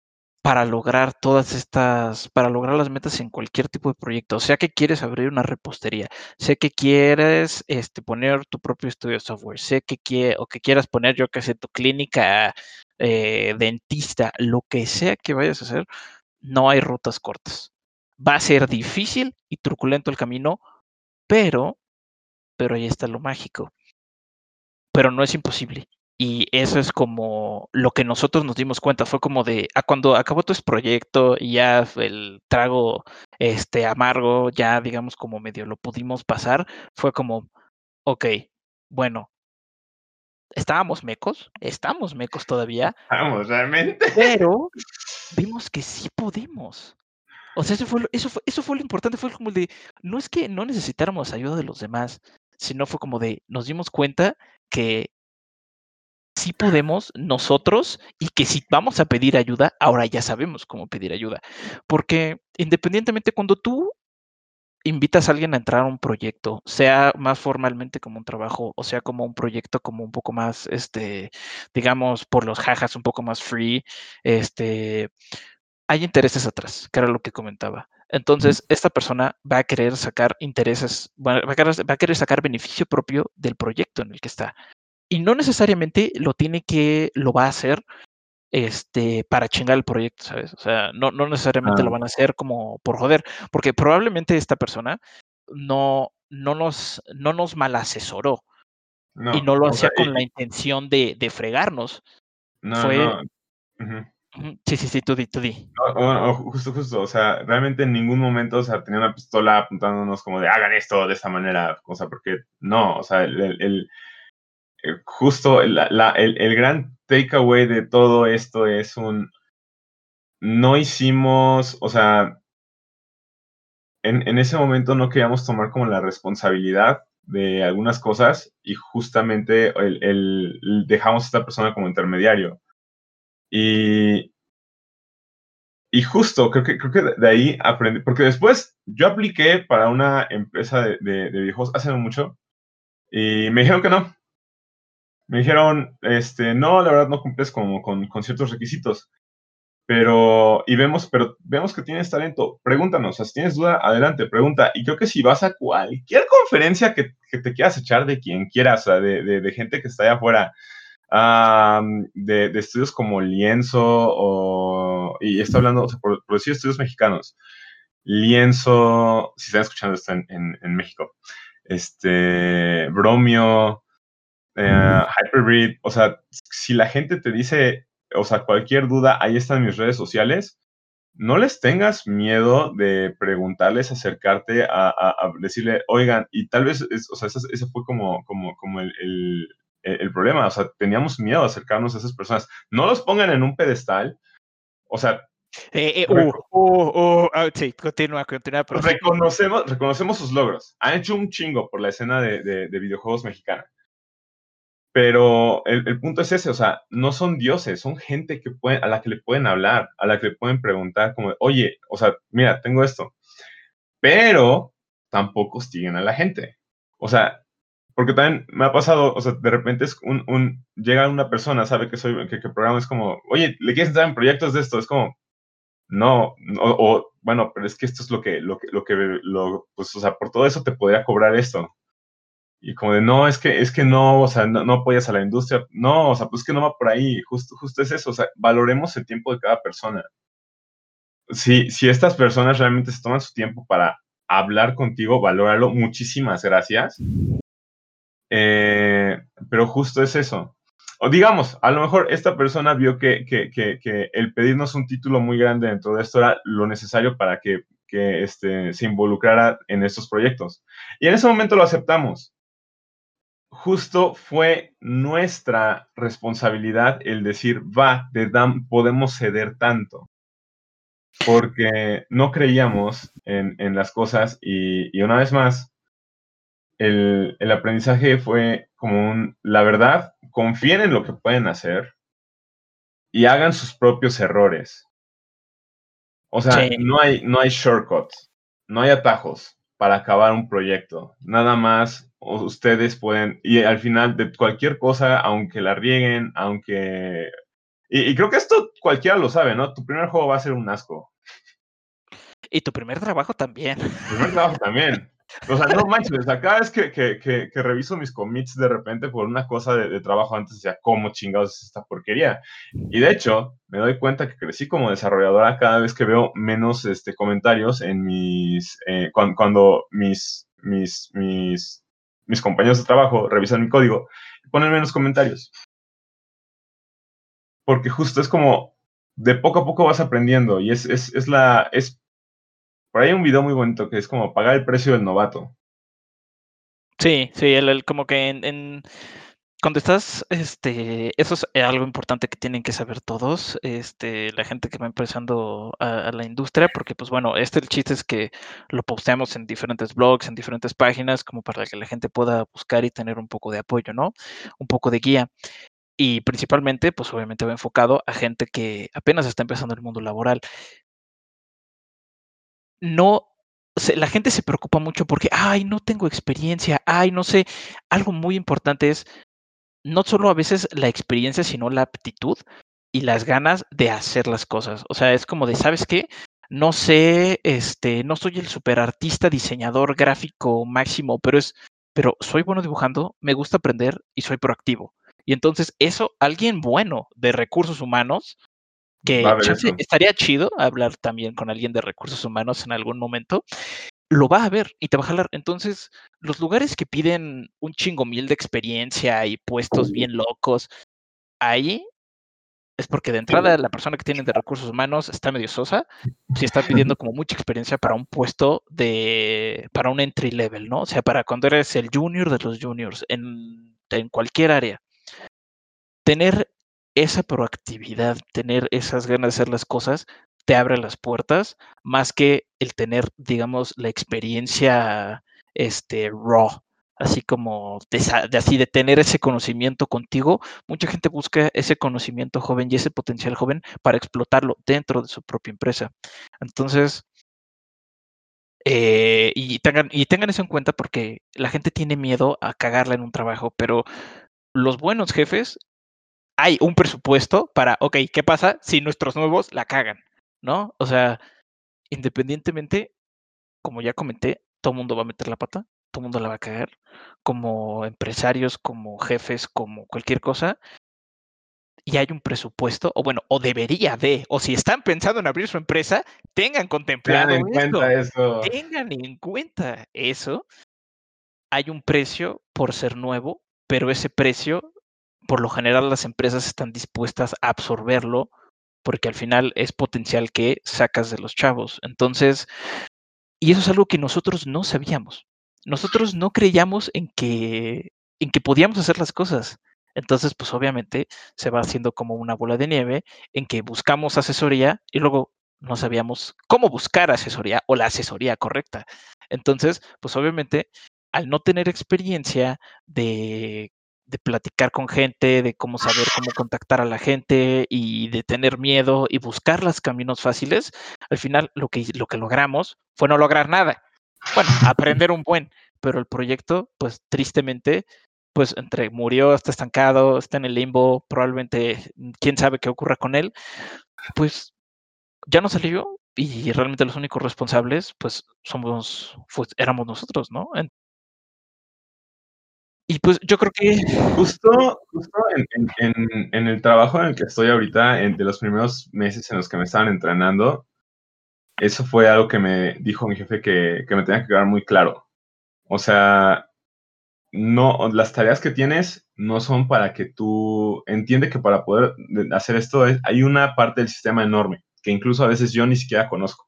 S1: para lograr las metas en cualquier tipo de proyecto. O sea que quieres abrir una repostería, sé que quieres poner tu propio estudio de software, sé o que quieras poner, yo que sé, tu clínica dentista, lo que sea que vayas a hacer, no hay rutas cortas. Va a ser difícil y truculento el camino, pero, pero ahí está lo mágico, pero no es imposible. Y eso es como lo que nosotros nos dimos cuenta, fue como de, cuando acabó todo este proyecto y ya el trago, amargo, ya digamos como medio lo pudimos pasar, fue como, okey, bueno, estamos mecos todavía,
S2: Vamos, realmente.
S1: pero vimos que sí podemos. O sea, eso fue lo importante, fue como de, no es que no necesitáramos ayuda de los demás, sino fue como de, nos dimos cuenta que sí podemos nosotros y que si vamos a pedir ayuda, ahora ya sabemos cómo pedir ayuda. Porque independientemente cuando tú invitas a alguien a entrar a un proyecto, sea más formalmente como un trabajo o sea como un proyecto como un poco más, digamos, por los jajas, un poco más free, hay intereses atrás, que era lo que comentaba. Entonces, esta persona va a querer sacar intereses, va a querer sacar beneficio propio del proyecto en el que está. Y no necesariamente lo va a hacer, para chingar el proyecto, ¿sabes? O sea, no necesariamente lo
S2: Ah,
S1: van a hacer como por joder, porque probablemente esta persona no nos mal asesoró y
S2: no,
S1: no lo
S2: o sea,
S1: hacía con la intención de fregarnos.
S2: no,
S1: Fue
S2: no. Ujú.
S1: ujú, sí, sí, sí, tú di.
S2: Justo, o sea, realmente en ningún momento, o sea, tenía una pistola apuntándonos como de hagan esto de esta manera, o sea, porque no, o sea, justo el gran takeaway de todo esto es no hicimos, o sea, en ese momento no queríamos tomar como la responsabilidad de algunas cosas y justamente dejamos a esta persona como intermediario. Y, y justo, creo que de ahí aprendí, porque después yo apliqué para una empresa de videojuegos hace no mucho y me dijeron que no. Me dijeron, no, la verdad no cumples como con ciertos requisitos. Pero vemos que tienes talento, pregúntanos, o sea, si tienes duda, adelante, pregunta. Y creo que si vas a cualquier conferencia que te quieras echar de quien quieras, o sea, de gente que está allá afuera, de estudios como Lienzo, y está hablando, o sea, por decir estudios mexicanos, Lienzo, si están escuchando esto en México, Bromio, Hyperbreed. O sea, si la gente te dice, o sea, cualquier duda, ahí están mis redes sociales. No les tengas miedo de preguntarles, acercarte a decirle, oigan, y tal vez, o sea, ese fue como el problema. O sea, teníamos miedo de acercarnos a esas personas. No los pongan en un pedestal. O sea,
S1: sí, continúa, pero sí.
S2: reconocemos sus logros. Han hecho un chingo por la escena de videojuegos mexicana. Pero el punto es ese, o sea, no son dioses, son gente a la que le pueden hablar, a la que le pueden preguntar como, oye, o sea, mira, tengo esto. Pero tampoco hostiguen a la gente. O sea, porque también me ha pasado, o sea, de repente es llega una persona, sabe que programa, es como, oye, ¿le quieres entrar en proyectos de esto? Es como, no, bueno, pero es que esto es pues, o sea, por todo eso te podría cobrar esto. Y como de, no, es que no, o sea, no apoyas a la industria. No, o sea, pues que no va por ahí. Justo es eso, o sea, valoremos el tiempo de cada persona. Si estas personas realmente se toman su tiempo para hablar contigo, valóralo. Muchísimas gracias. Pero justo es eso. O digamos, a lo mejor esta persona vio que el pedirnos un título muy grande dentro de esto era lo necesario para que se involucrara en estos proyectos. Y en ese momento lo aceptamos. Justo fue nuestra responsabilidad el decir, podemos ceder tanto, porque no creíamos en las cosas y una vez más, el aprendizaje fue como la verdad, confíen en lo que pueden hacer y hagan sus propios errores. O sea,
S1: Sí.
S2: no hay shortcuts, no hay atajos para acabar un proyecto. Nada más ustedes pueden, y al final de cualquier cosa, aunque la rieguen, aunque... Y creo que esto cualquiera lo sabe, ¿no? Tu primer juego va a ser un asco.
S1: Y tu primer trabajo también.
S2: Tu primer trabajo también. O sea, no manches, o sea, cada vez que reviso mis commits de repente por una cosa de trabajo antes, decía, ¿cómo chingados es esta porquería? Y de hecho, me doy cuenta que crecí como desarrolladora cada vez que veo menos comentarios en cuando mis compañeros de trabajo revisan mi código y ponen menos comentarios. Porque justo es como, de poco a poco vas aprendiendo y es por ahí hay un video muy bonito que es como pagar el precio del novato.
S1: Sí, como que cuando estás, eso es algo importante que tienen que saber todos, la gente que va empezando a la industria, porque pues bueno, el chiste es que lo posteamos en diferentes blogs, en diferentes páginas, como para que la gente pueda buscar y tener un poco de apoyo, ¿no? Un poco de guía. Y principalmente, pues obviamente va enfocado a gente que apenas está empezando el mundo laboral. No, la gente se preocupa mucho porque, ay, no tengo experiencia, ay, no sé. Algo muy importante es no solo a veces la experiencia, sino la aptitud y las ganas de hacer las cosas. O sea, es como de, ¿sabes qué? No sé, no soy el superartista, diseñador gráfico máximo, pero soy bueno dibujando, me gusta aprender y soy proactivo. Y entonces eso, alguien bueno de recursos humanos,
S2: Va a
S1: que
S2: haber
S1: chance
S2: eso.
S1: estaría chido hablar también con alguien de recursos humanos en algún momento, lo va a ver y te va a jalar. Entonces, los lugares que piden un chingo mil de experiencia y puestos bien locos, ahí es porque de entrada la persona que tienen de recursos humanos está medio sosa, si está pidiendo como mucha experiencia para un puesto para un entry level, ¿no? O sea, para cuando eres el junior de los juniors en cualquier área. Tener esa proactividad, tener esas ganas de hacer las cosas, te abre las puertas, más que el tener, digamos, la experiencia, raw, así como de tener ese conocimiento contigo. Mucha gente busca ese conocimiento joven y ese potencial joven para explotarlo dentro de su propia empresa. Entonces, y tengan eso en cuenta porque la gente tiene miedo a cagarla en un trabajo, pero los buenos jefes hay un presupuesto para, ok, ¿qué pasa si nuestros nuevos la cagan? ¿No? O sea, independientemente, como ya comenté, todo mundo va a meter la pata, todo mundo la va a cagar, como empresarios, como jefes, como cualquier cosa, y hay un presupuesto, o bueno, o debería o si están pensando en abrir su empresa, tengan
S2: Tengan
S1: contemplado
S2: en cuenta eso.
S1: tengan en cuenta eso hay un precio por ser nuevo, pero ese precio, por lo general, las empresas están dispuestas a absorberlo porque al final es potencial que sacas de los chavos. Entonces, y eso es algo que nosotros no sabíamos. Nosotros no creíamos en que podíamos hacer las cosas. Entonces, pues obviamente se va haciendo como una bola de nieve en que buscamos asesoría y luego no sabíamos cómo buscar asesoría o la asesoría correcta. Entonces, pues obviamente, al no tener experiencia de platicar con gente, de cómo saber cómo contactar a la gente y de tener miedo y buscar los caminos fáciles, al final lo que logramos fue no lograr nada. Bueno, aprender un buen, pero el proyecto, pues tristemente, pues entre murió, está estancado, está en el limbo, probablemente quién sabe qué ocurra con él, pues ya no salió y realmente los únicos responsables, pues éramos nosotros, ¿no? Y pues yo creo que
S2: Justo en el trabajo en el que estoy ahorita, de los primeros meses en los que me estaban entrenando, eso fue algo que me dijo mi jefe que me tenía que quedar muy claro. O sea, no, las tareas que tienes no son para que tú entiende que para poder hacer esto hay una parte del sistema enorme que incluso a veces yo ni siquiera conozco.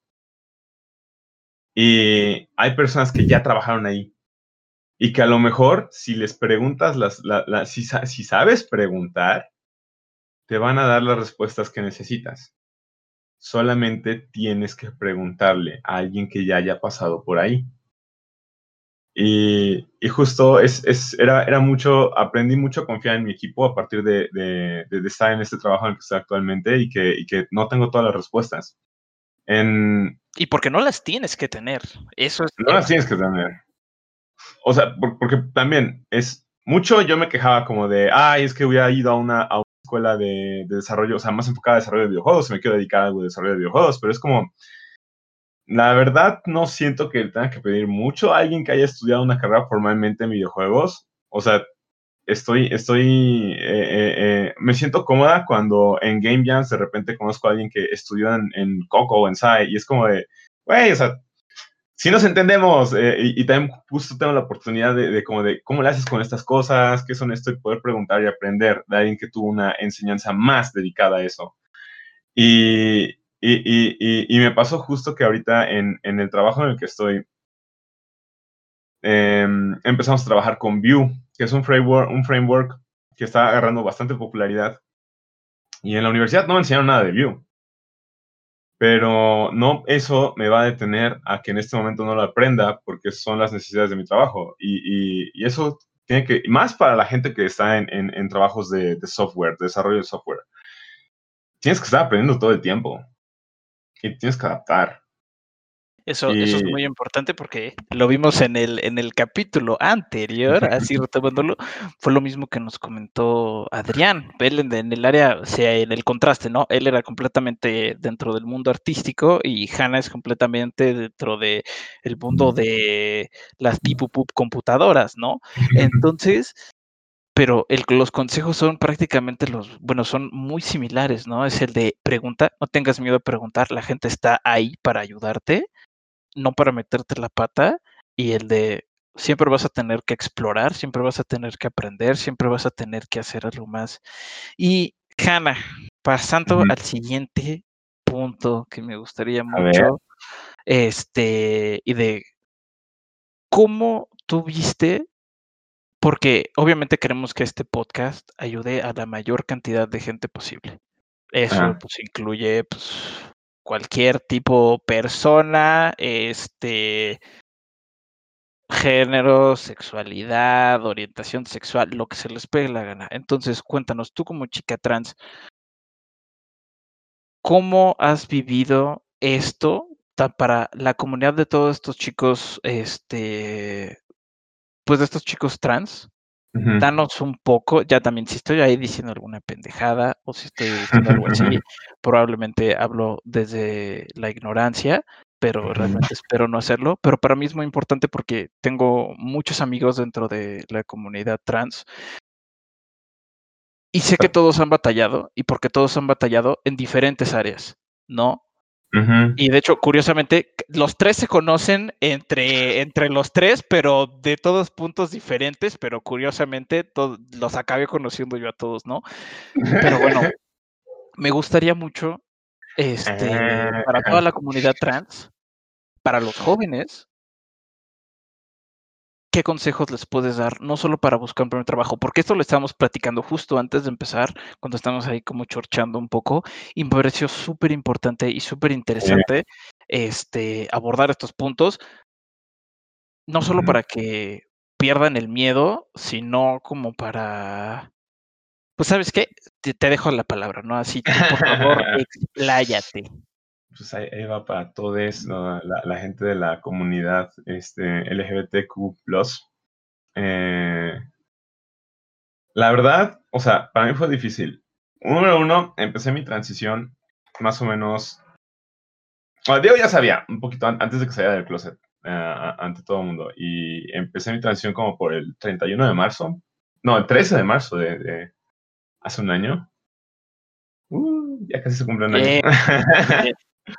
S2: Y hay personas que ya trabajaron ahí y que a lo mejor si les preguntas, si sabes preguntar, te van a dar las respuestas que necesitas. Solamente tienes que preguntarle a alguien que ya haya pasado por ahí. Y justo era mucho, aprendí mucho a confiar en mi equipo a partir de estar en este trabajo en el que estoy actualmente y que no tengo todas las respuestas.
S1: y porque no las tienes que tener. Eso es
S2: No las tienes que tener. O sea, porque también es mucho, yo me quejaba como de, ay, es que hubiera ido a una escuela de desarrollo, o sea, más enfocada a desarrollo de videojuegos, me quiero dedicar a algo de desarrollo de videojuegos, pero es como, la verdad no siento que tenga que pedir mucho a alguien que haya estudiado una carrera formalmente en videojuegos. O sea, me siento cómoda cuando en Game Jams de repente conozco a alguien que estudió en Coco o en SAI y es como de, güey, o sea, si nos entendemos, y también justo tengo la oportunidad de como de cómo le haces con estas cosas, qué son esto y poder preguntar y aprender de alguien que tuvo una enseñanza más dedicada a eso. Y me pasó justo que ahorita en el trabajo en el que estoy, empezamos a trabajar con Vue, que es un framework que está agarrando bastante popularidad. Y en la universidad no me enseñaron nada de Vue. Pero no, eso me va a detener a que en este momento no lo aprenda porque son las necesidades de mi trabajo. Y eso tiene que, más para la gente que está en trabajos de software, de desarrollo de software. Tienes que estar aprendiendo todo el tiempo y tienes que adaptar.
S1: Eso es
S2: Y
S1: muy importante porque lo vimos en el capítulo anterior, así retomándolo, fue lo mismo que nos comentó Adrián. Él en el área, o sea, en el contraste, ¿no? Él era completamente dentro del mundo artístico y Hannah es completamente dentro de el mundo de las tipo computadoras, ¿no? Entonces, pero los consejos son prácticamente bueno, son muy similares, ¿no? Es el de pregunta, no tengas miedo a preguntar, la gente está ahí para ayudarte, no para meterte la pata, y el de siempre vas a tener que explorar, siempre vas a tener que aprender, siempre vas a tener que hacer algo más. Y Hannah, pasando al siguiente punto que me gustaría
S2: a ver,
S1: mucho, y de cómo tú viste, porque obviamente queremos que este podcast ayude a la mayor cantidad de gente posible. Eso,
S2: ajá,
S1: pues, incluye, pues, cualquier tipo persona, género, sexualidad, orientación sexual, lo que se les pegue la gana. Entonces, cuéntanos, tú como chica trans, ¿cómo has vivido esto para la comunidad de todos estos chicos, pues, de estos chicos trans? Danos un poco, ya también si estoy ahí diciendo alguna pendejada o si estoy diciendo algo así, probablemente hablo desde la ignorancia, pero realmente espero no hacerlo. Pero para mí es muy importante porque tengo muchos amigos dentro de la comunidad trans y sé que todos han batallado y porque todos han batallado en diferentes áreas, ¿no? Y de hecho, curiosamente, los tres se conocen entre los tres, pero de todos puntos diferentes, pero curiosamente los acabé conociendo yo a todos, ¿no? Pero bueno, me gustaría mucho, para toda la comunidad trans, para los jóvenes, ¿qué consejos les puedes dar? No solo para buscar un primer trabajo, porque esto lo estábamos platicando justo antes de empezar, cuando estábamos ahí como chorchando un poco, y me pareció súper importante y súper interesante abordar estos puntos, no solo para que pierdan el miedo, sino como para, pues, ¿sabes qué? Te dejo la palabra, ¿no? Así tú, por favor, expláyate.
S2: Pues ahí va para todos, ¿no? La gente de la comunidad LGBTQ+. La verdad, o sea, para mí fue difícil. Número uno, empecé mi transición más o menos. Bueno, Diego ya sabía, un poquito antes de que saliera del closet, ante todo el mundo. Y empecé mi transición como por el 31 de marzo. No, el 13 de marzo de hace un año. Ya casi se cumple un año.
S1: Bien, bien.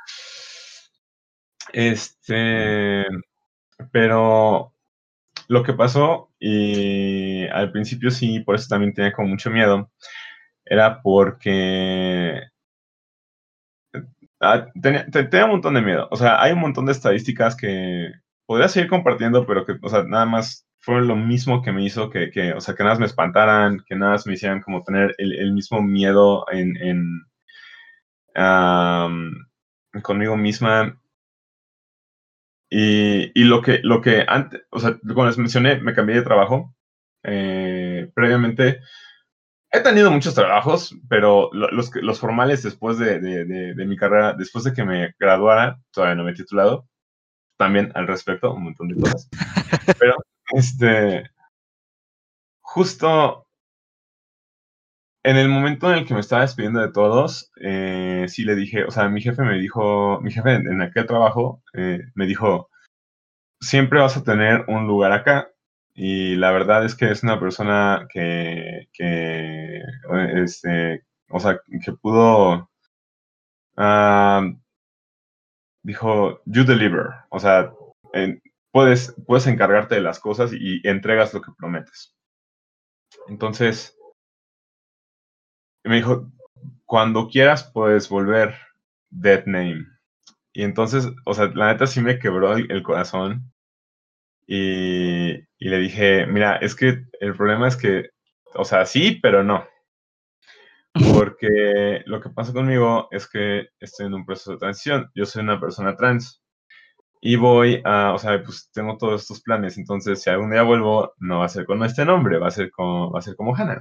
S2: Pero lo que pasó, y al principio sí, por eso también tenía como mucho miedo, era porque tenía un montón de miedo. O sea, hay un montón de estadísticas que podría seguir compartiendo, pero que, o sea, nada más fueron lo mismo que me hizo o sea, que nada más me espantaran, que nada más me hicieran como tener el mismo miedo conmigo misma. Y lo que antes, o sea, como les mencioné, me cambié de trabajo. Previamente he tenido muchos trabajos, pero los formales después de mi carrera, después de que me graduara, todavía no me he titulado, también al respecto, un montón de cosas. Pero, justo en el momento en el que me estaba despidiendo de todos, sí le dije, o sea, mi jefe en aquel trabajo, me dijo, siempre vas a tener un lugar acá. Y la verdad es que es una persona o sea, que pudo, ah, dijo, you deliver. O sea, puedes encargarte de las cosas y entregas lo que prometes. Entonces, me dijo, cuando quieras puedes volver, Dead Name. Y entonces, o sea, la neta sí me quebró el corazón. Y le dije, mira, es que el problema es que, o sea, sí, pero no. Porque lo que pasa conmigo es que estoy en un proceso de transición. Yo soy una persona trans. Y o sea, pues tengo todos estos planes. Entonces, si algún día vuelvo, no va a ser con este nombre, va a ser como Hannah.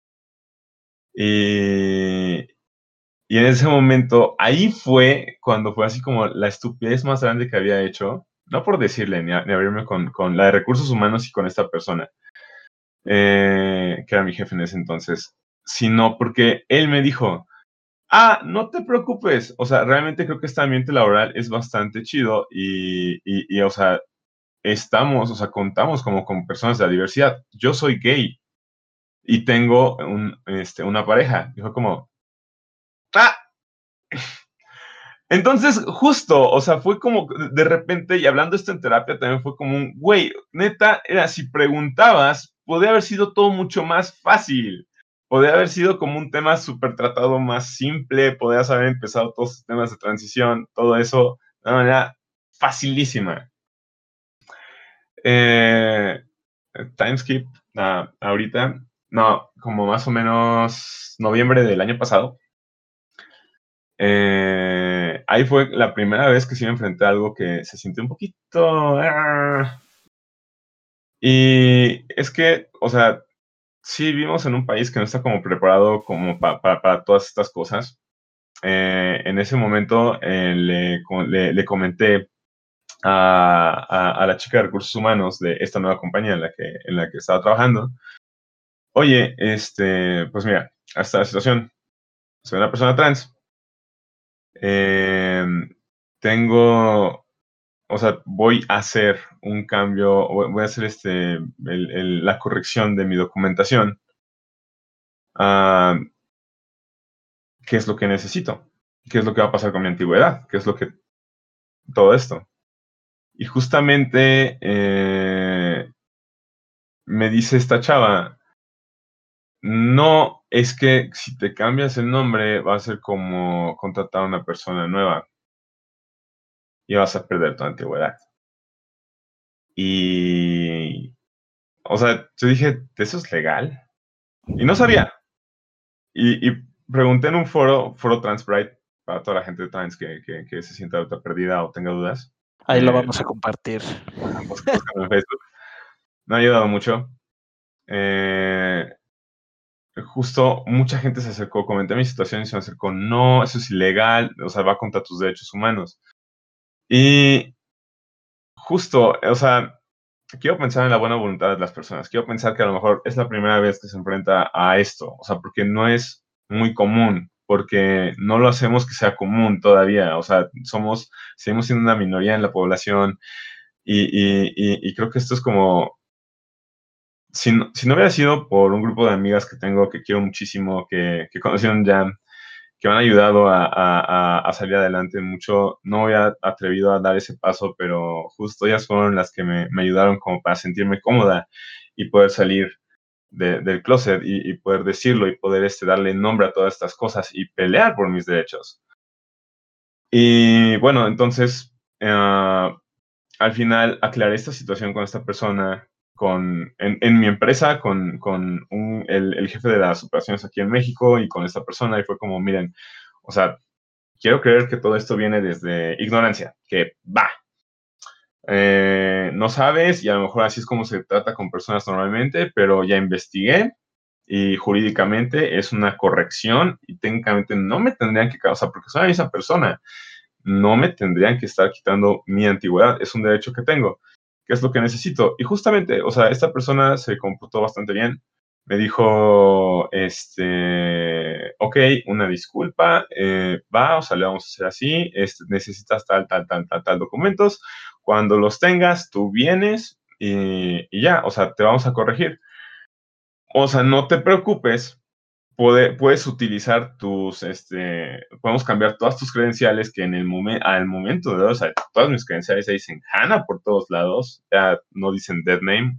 S2: Y, y en ese momento, ahí fue cuando fue así como la estupidez más grande que había hecho. No por decirle, ni abrirme con la de recursos humanos y con esta persona, que era mi jefe en ese entonces, sino porque él me dijo, no te preocupes, o sea, realmente creo que este ambiente laboral es bastante chido o sea, o sea, contamos como con personas de la diversidad. Yo soy gay y tengo una pareja. Dijo como, ¡ah! Entonces, justo, o sea, fue como de repente, y hablando esto en terapia, también fue como güey, neta, era, si preguntabas, podría haber sido todo mucho más fácil. Podría haber sido como un tema súper tratado más simple, podrías haber empezado todos los temas de transición, todo eso de una manera facilísima. Timeskip, ahorita, no, como más o menos noviembre del año pasado. Ahí fue la primera vez que sí me enfrenté a algo que se sintió un poquito. Y es que, o sea, sí vivimos en un país que no está como preparado como para todas estas cosas. En ese momento le comenté a la chica de recursos humanos de esta nueva compañía en la que estaba trabajando. Oye, pues mira, esta la situación. Soy una persona trans. Tengo, o sea, voy a hacer un cambio, voy a hacer la corrección de mi documentación. ¿Qué es lo que necesito? qué es lo que va a pasar con mi antigüedad, qué es lo que todo esto. Y justamente me dice esta chava, no, es que si te cambias el nombre va a ser como contratar a una persona nueva y vas a perder tu antigüedad. Y, o sea, yo dije, ¿eso es legal? Y no sabía. Y pregunté en un foro Transpride, para toda la gente de trans que se sienta ahorita perdida o tenga dudas.
S1: Ahí lo vamos a compartir.
S2: Búscalo en Facebook. Me ha ayudado mucho. Justo mucha gente se acercó, comenté mi situación y se me acercó, no, eso es ilegal, o sea, va contra tus derechos humanos. Y justo, o sea, quiero pensar en la buena voluntad de las personas, quiero pensar que a lo mejor es la primera vez que se enfrenta a esto, o sea, porque no es muy común, porque no lo hacemos que sea común todavía, o sea, seguimos siendo una minoría en la población y creo que esto es como, si no hubiera sido por un grupo de amigas que tengo, que quiero muchísimo, que conocieron Jam, que me han ayudado a salir adelante mucho. No había atrevido a dar ese paso, pero justo ellas fueron las que me ayudaron como para sentirme cómoda y poder salir del closet y poder decirlo y poder darle nombre a todas estas cosas y pelear por mis derechos. Y bueno, entonces, al final aclaré esta situación con esta persona, en mi empresa, con el jefe de las operaciones aquí en México y con esta persona, y fue como, miren, o sea, quiero creer que todo esto viene desde ignorancia, que va. No sabes y a lo mejor así es como se trata con personas normalmente, pero ya investigué y jurídicamente es una corrección y técnicamente no me tendrían que causar, porque soy esa persona, no me tendrían que estar quitando mi antigüedad, es un derecho que tengo, que es lo que necesito. Y justamente, o sea, esta persona se comportó bastante bien, me dijo, ok, una disculpa, va, o sea, le vamos a hacer así, necesitas tal documentos, cuando los tengas, tú vienes y ya, o sea, te vamos a corregir. O sea, no te preocupes, puedes utilizar podemos cambiar todas tus credenciales que al momento de hoy, o sea, todas mis credenciales se dicen Hannah por todos lados, ya no dicen dead name.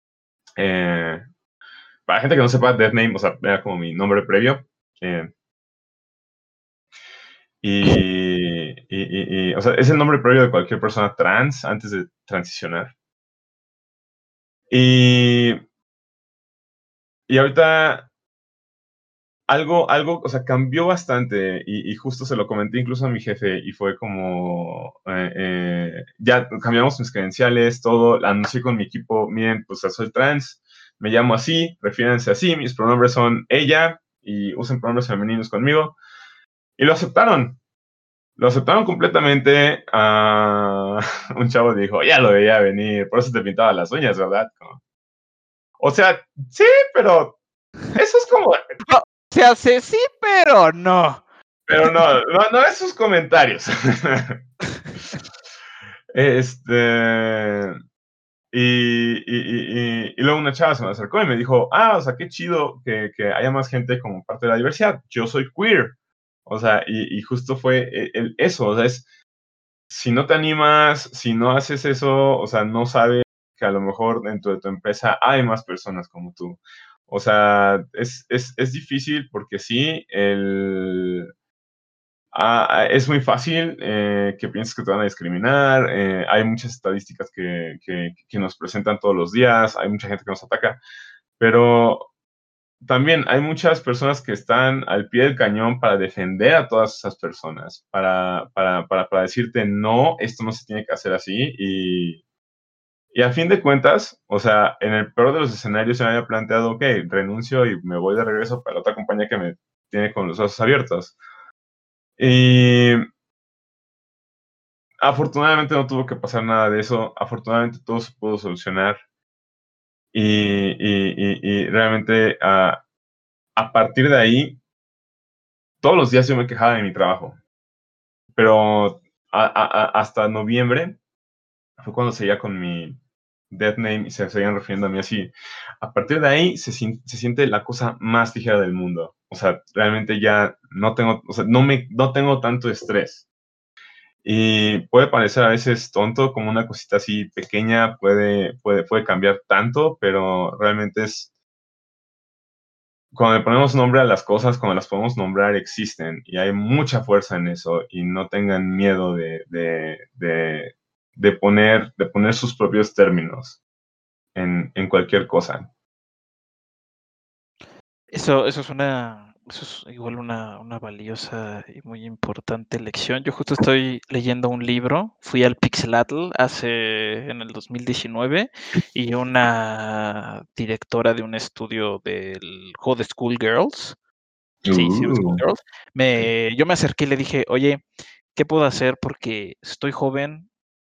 S2: Para la gente que no sepa, dead name, o sea, era como mi nombre previo. O sea, es el nombre previo de cualquier persona trans antes de transicionar. Y ahorita algo, o sea, cambió bastante y justo se lo comenté incluso a mi jefe y fue como, ya cambiamos mis credenciales, todo, anuncié con mi equipo, miren, pues soy trans, me llamo así, refiérense así, mis pronombres son ella y usen pronombres femeninos conmigo y lo aceptaron completamente. Un chavo dijo, ya lo veía venir, por eso te pintaba las uñas, ¿verdad? O sea, sí, pero eso es como...
S1: No, se hace sí, pero no.
S2: Pero no esos comentarios. Y luego una chava se me acercó y me dijo, o sea, qué chido que haya más gente como parte de la diversidad. Yo soy queer. O sea, y justo fue eso. O sea, si no te animas, si no haces eso, o sea, no sabes que a lo mejor dentro de tu empresa hay más personas como tú. O sea, es difícil porque sí, es muy fácil que pienses que te van a discriminar. Hay muchas estadísticas que nos presentan todos los días. Hay mucha gente que nos ataca. Pero también hay muchas personas que están al pie del cañón para defender a todas esas personas, para decirte, no, esto no se tiene que hacer así. Y a fin de cuentas, o sea, en el peor de los escenarios se me había planteado, ok, renuncio y me voy de regreso para otra compañía que me tiene con los ojos abiertos. Y afortunadamente no tuvo que pasar nada de eso. Afortunadamente todo se pudo solucionar. Y realmente a partir de ahí, todos los días yo me quejaba de mi trabajo. Pero hasta noviembre fue cuando seguía con mi Death Name y se seguían refiriendo a mí así. A partir de ahí se siente la cosa más ligera del mundo. O sea, realmente ya no tengo, o sea, no tengo tanto estrés. Y puede parecer a veces tonto, como una cosita así pequeña puede cambiar tanto, pero realmente es, cuando le ponemos nombre a las cosas, cuando las podemos nombrar, existen, y hay mucha fuerza en eso, y no tengan miedo de poner sus propios términos en cualquier cosa.
S1: Eso es igual una valiosa y muy importante lección. Yo justo estoy leyendo un libro, fui al Pixelatl en el 2019 y una directora de un estudio del juego de Schoolgirls, sí, se llama Schoolgirls, yo me acerqué y le dije, oye, ¿qué puedo hacer? Porque estoy joven,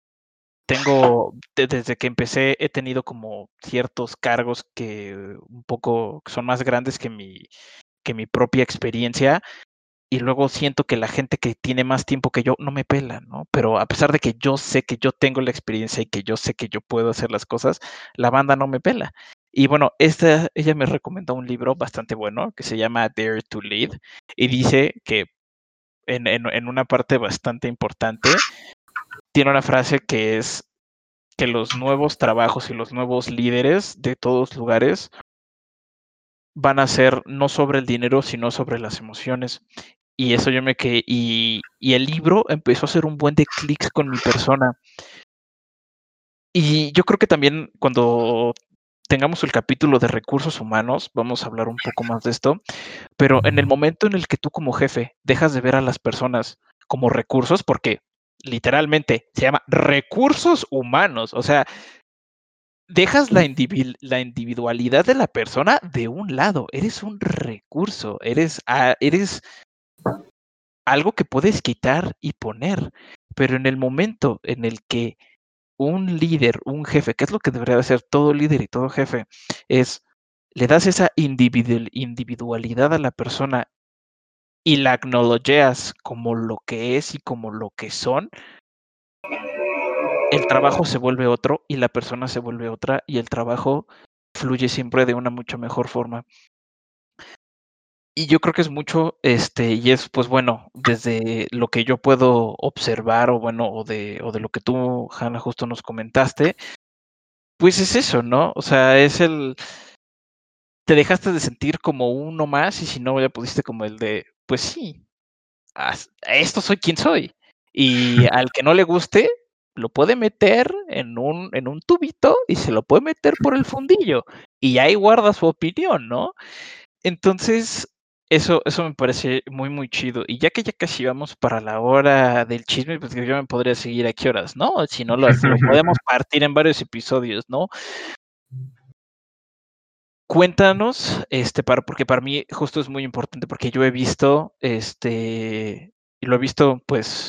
S1: desde que empecé he tenido como ciertos cargos que un poco son más grandes que mi propia experiencia, y luego siento que la gente que tiene más tiempo que yo no me pela, ¿no? Pero a pesar de que yo sé que yo tengo la experiencia y que yo sé que yo puedo hacer las cosas, la banda no me pela. Y bueno, ella me recomendó un libro bastante bueno que se llama Dare to Lead y dice que en una parte bastante importante tiene una frase que es que los nuevos trabajos y los nuevos líderes de todos lugares van a ser no sobre el dinero, sino sobre las emociones. Y eso yo me quedé, y el libro empezó a hacer un buen de clics con mi persona. Y yo creo que también cuando tengamos el capítulo de recursos humanos, vamos a hablar un poco más de esto, pero en el momento en el que tú como jefe dejas de ver a las personas como recursos, porque literalmente se llama recursos humanos, o sea, dejas la individualidad de la persona de un lado, eres un recurso, eres algo que puedes quitar y poner, pero en el momento en el que un líder, un jefe, que es lo que debería de ser todo líder y todo jefe, le das esa individualidad a la persona y la acknowledgeas como lo que es y como lo que son, el trabajo se vuelve otro y la persona se vuelve otra y el trabajo fluye siempre de una mucho mejor forma. Y yo creo que es mucho, y es, pues bueno, desde lo que yo puedo observar o bueno, o de lo que tú, Hannah, justo nos comentaste, pues es eso, ¿no? O sea, te dejaste de sentir como uno más y si no, ya pudiste como el de, pues sí, esto soy quien soy. Y al que no le guste, lo puede meter en un tubito y se lo puede meter por el fundillo. Y ahí guarda su opinión, ¿no? Entonces, eso me parece muy, muy chido. Y ya que ya casi vamos para la hora del chisme, pues yo me podría seguir a qué horas, ¿no? Si no, lo podemos partir en varios episodios, ¿no? Cuéntanos, porque para mí justo es muy importante, porque yo he visto, y lo he visto,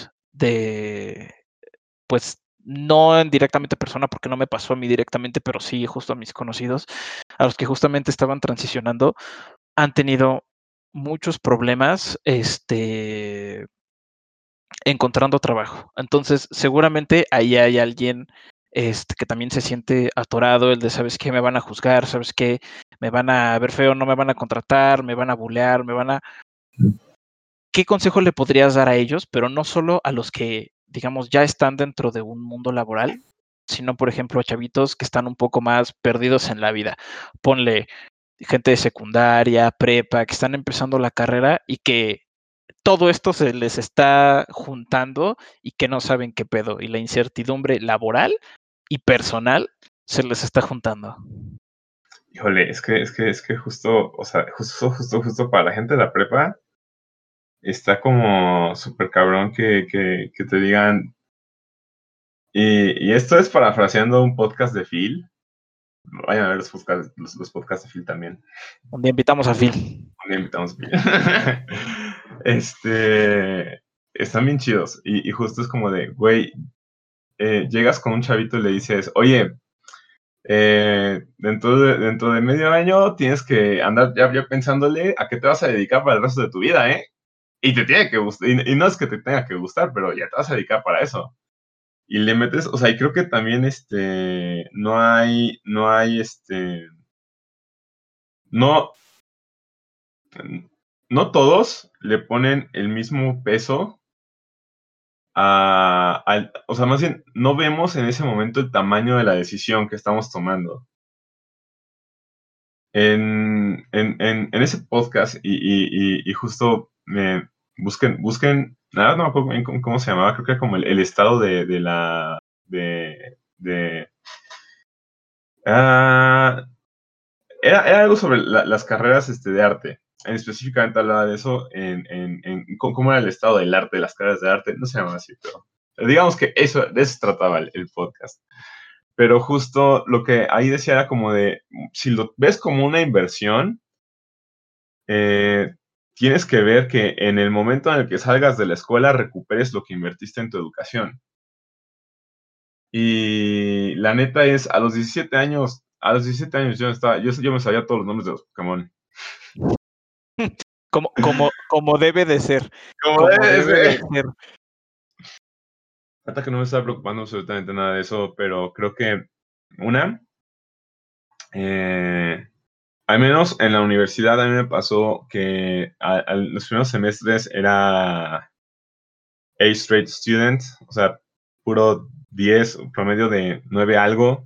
S1: pues, no en directamente persona, porque no me pasó a mí directamente, pero sí justo a mis conocidos, a los que justamente estaban transicionando, han tenido muchos problemas, encontrando trabajo. Entonces, seguramente ahí hay alguien, que también se siente atorado, el de, ¿sabes qué? Me van a juzgar, ¿sabes qué? Me van a ver feo, no me van a contratar, me van a bulear, ¿Qué consejo le podrías dar a ellos? Pero no solo a los que, digamos, ya están dentro de un mundo laboral, sino, por ejemplo, a chavitos que están un poco más perdidos en la vida. Ponle gente de secundaria, prepa, que están empezando la carrera y que todo esto se les está juntando y que no saben qué pedo. Y la incertidumbre laboral y personal se les está juntando.
S2: Híjole, es que justo, o sea, justo para la gente de la prepa, está como súper cabrón que te digan, y esto es parafraseando un podcast de Phil. Vayan a ver los podcasts de Phil también.
S1: Un día invitamos a Phil.
S2: Un día invitamos a Phil. Están bien chidos. Y justo es como de, güey, llegas con un chavito y le dices, oye, dentro de medio año tienes que andar ya pensándole a qué te vas a dedicar para el resto de tu vida, ¿eh? Y te tiene que gustar, y no es que te tenga que gustar, pero ya te vas a dedicar para eso. y le metes, o sea, y creo que también no hay no, no todos le ponen el mismo peso o sea, más bien, no vemos en ese momento el tamaño de la decisión que estamos tomando. En ese podcast, y justo busquen, nada, no me acuerdo bien cómo se llamaba, creo que era como el estado de la, de ah, era algo sobre las carreras de arte. Específicamente hablaba de eso en cómo era el estado del arte, de las carreras de arte, no se llamaba así, pero digamos que de eso trataba el podcast. Pero justo lo que ahí decía era como de, si lo ves como una inversión, tienes que ver que en el momento en el que salgas de la escuela recuperes lo que invertiste en tu educación. Y la neta es, a los 17 años yo me sabía todos los nombres de los Pokémon.
S1: Como debe de ser.
S2: Como debe
S1: Debe de
S2: ser.
S1: ser.
S2: Hasta que no me estaba preocupando absolutamente nada de eso, pero creo que al menos en la universidad a mí me pasó que los primeros semestres era A straight student, o sea, puro 10, promedio de 9 algo.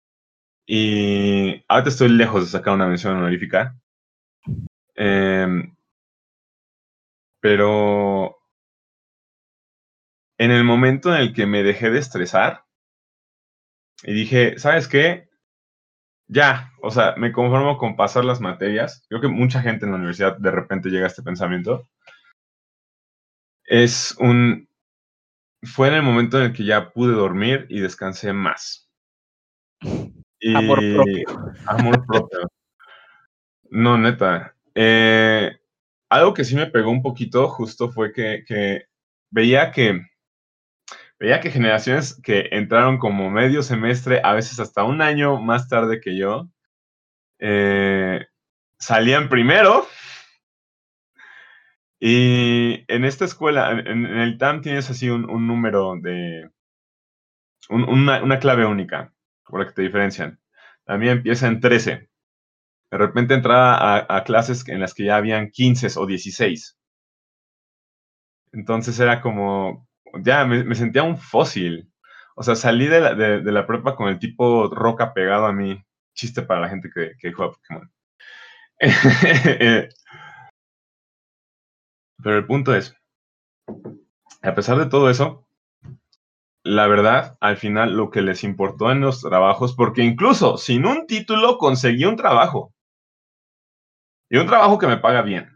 S2: Y ahorita estoy lejos de sacar una mención honorífica. Pero en el momento en el que me dejé de estresar y dije, ¿sabes qué? Ya, o sea, me conformo con pasar las materias. Creo que mucha gente en la universidad de repente llega a este pensamiento. Fue en el momento en el que ya pude dormir y descansé más.
S1: Amor
S2: Y
S1: propio.
S2: amor propio. No, neta. Algo que sí me pegó un poquito justo fue que veía que generaciones que entraron como medio semestre, a veces hasta un año más tarde que yo, salían primero. Y en esta escuela, en el TAM tienes así un número de... una clave única, por la que te diferencian. La mía empieza en 13. De repente entraba a clases en las que ya habían 15 o 16. Entonces era como, ya me sentía un fósil. O sea, salí de la prepa con el tipo roca pegado a mí. Chiste para la gente que juega Pokémon. Pero el punto es, a pesar de todo eso, la verdad, al final lo que les importó en los trabajos, porque incluso sin un título conseguí un trabajo. Y un trabajo que me paga bien.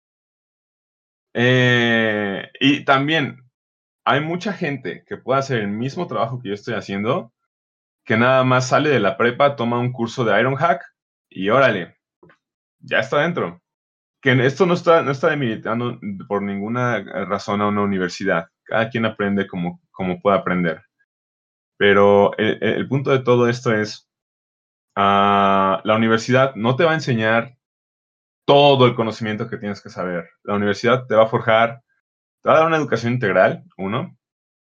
S2: Y también hay mucha gente que puede hacer el mismo trabajo que yo estoy haciendo, que nada más sale de la prepa, toma un curso de Ironhack y órale, ya está dentro. Que esto no está demeritando por ninguna razón a una universidad. Cada quien aprende como puede aprender. Pero el punto de todo esto es, la universidad no te va a enseñar todo el conocimiento que tienes que saber. La universidad te va a forjar, te va a dar una educación integral, uno.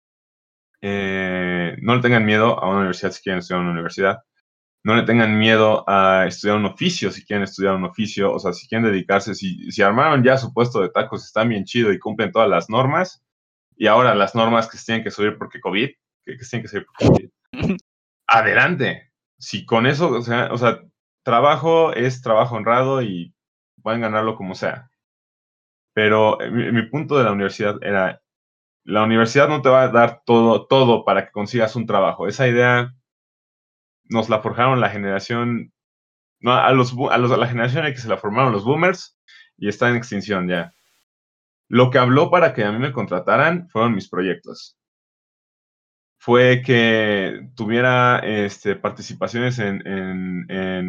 S2: No le tengan miedo a una universidad si quieren estudiar en una universidad. No le tengan miedo a estudiar un oficio si quieren estudiar un oficio. O sea, si quieren dedicarse, si armaron ya su puesto de tacos, están bien chido y cumplen todas las normas. Y ahora las normas que se tienen que subir porque COVID, que se tienen que subir porque COVID. Adelante. Si con eso, o sea, trabajo es trabajo honrado y pueden ganarlo como sea. Pero mi punto de la universidad era, la universidad no te va a dar todo para que consigas un trabajo. Esa idea nos la forjaron la generación, no, a la generación en la que se la formaron los boomers y está en extinción ya. Lo que habló para que a mí me contrataran fueron mis proyectos. Fue que tuviera participaciones en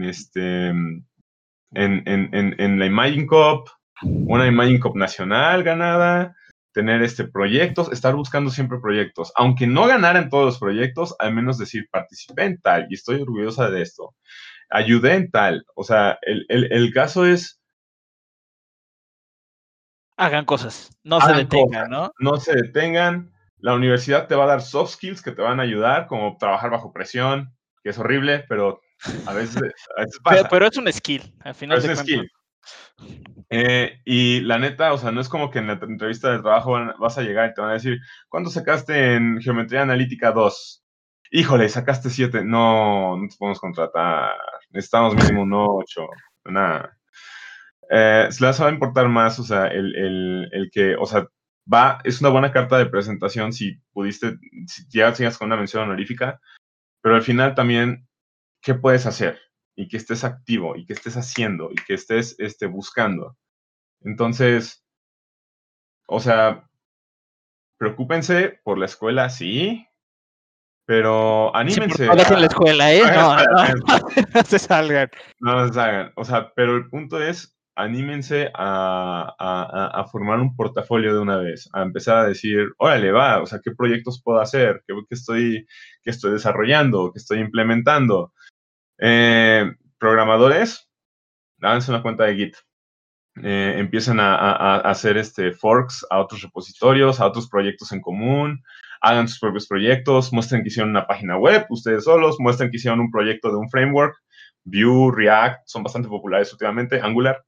S2: la Imagine Cup, una Imagine Cup nacional ganada, tener proyectos, estar buscando siempre proyectos. Aunque no ganara en todos los proyectos, al menos decir, participé en tal y estoy orgullosa de esto. Ayudé en tal. O sea, el caso es...
S1: Hagan cosas, no se detengan, ¿no?
S2: No se detengan. La universidad te va a dar soft skills que te van a ayudar, como trabajar bajo presión, que es horrible, pero a veces pasa.
S1: Pero es un skill, al
S2: Pero
S1: final
S2: es
S1: de
S2: un
S1: cuentas.
S2: skill. Y la neta, o sea, no es como que en la entrevista de trabajo vas a llegar y te van a decir, ¿cuánto sacaste en Geometría Analítica 2? Híjole, sacaste 7. No, no te podemos contratar. Necesitamos mínimo un 8. Nada. Se les va a importar más, o sea, el que, o sea, es una buena carta de presentación si pudiste, si ya sigas con una mención honorífica, pero al final también, ¿qué puedes hacer? Y que estés activo, y que estés haciendo, y que estés buscando. Entonces, o sea, preocúpense por la escuela, sí, pero
S1: Sí, por
S2: anímense
S1: no dejen la
S2: a...
S1: escuela, no, no, no se salgan.
S2: No se hagan. O sea, pero el punto es, anímense a formar un portafolio de una vez, a empezar a decir, órale, va, o sea, ¿qué proyectos puedo hacer? ¿Qué estoy desarrollando? ¿Qué estoy implementando? Programadores, háganse una cuenta de Git. Empiecen a hacer forks a otros repositorios, a otros proyectos en común, hagan sus propios proyectos, muestren que hicieron una página web ustedes solos, muestren que hicieron un proyecto de un framework, Vue, React, son bastante populares últimamente, Angular,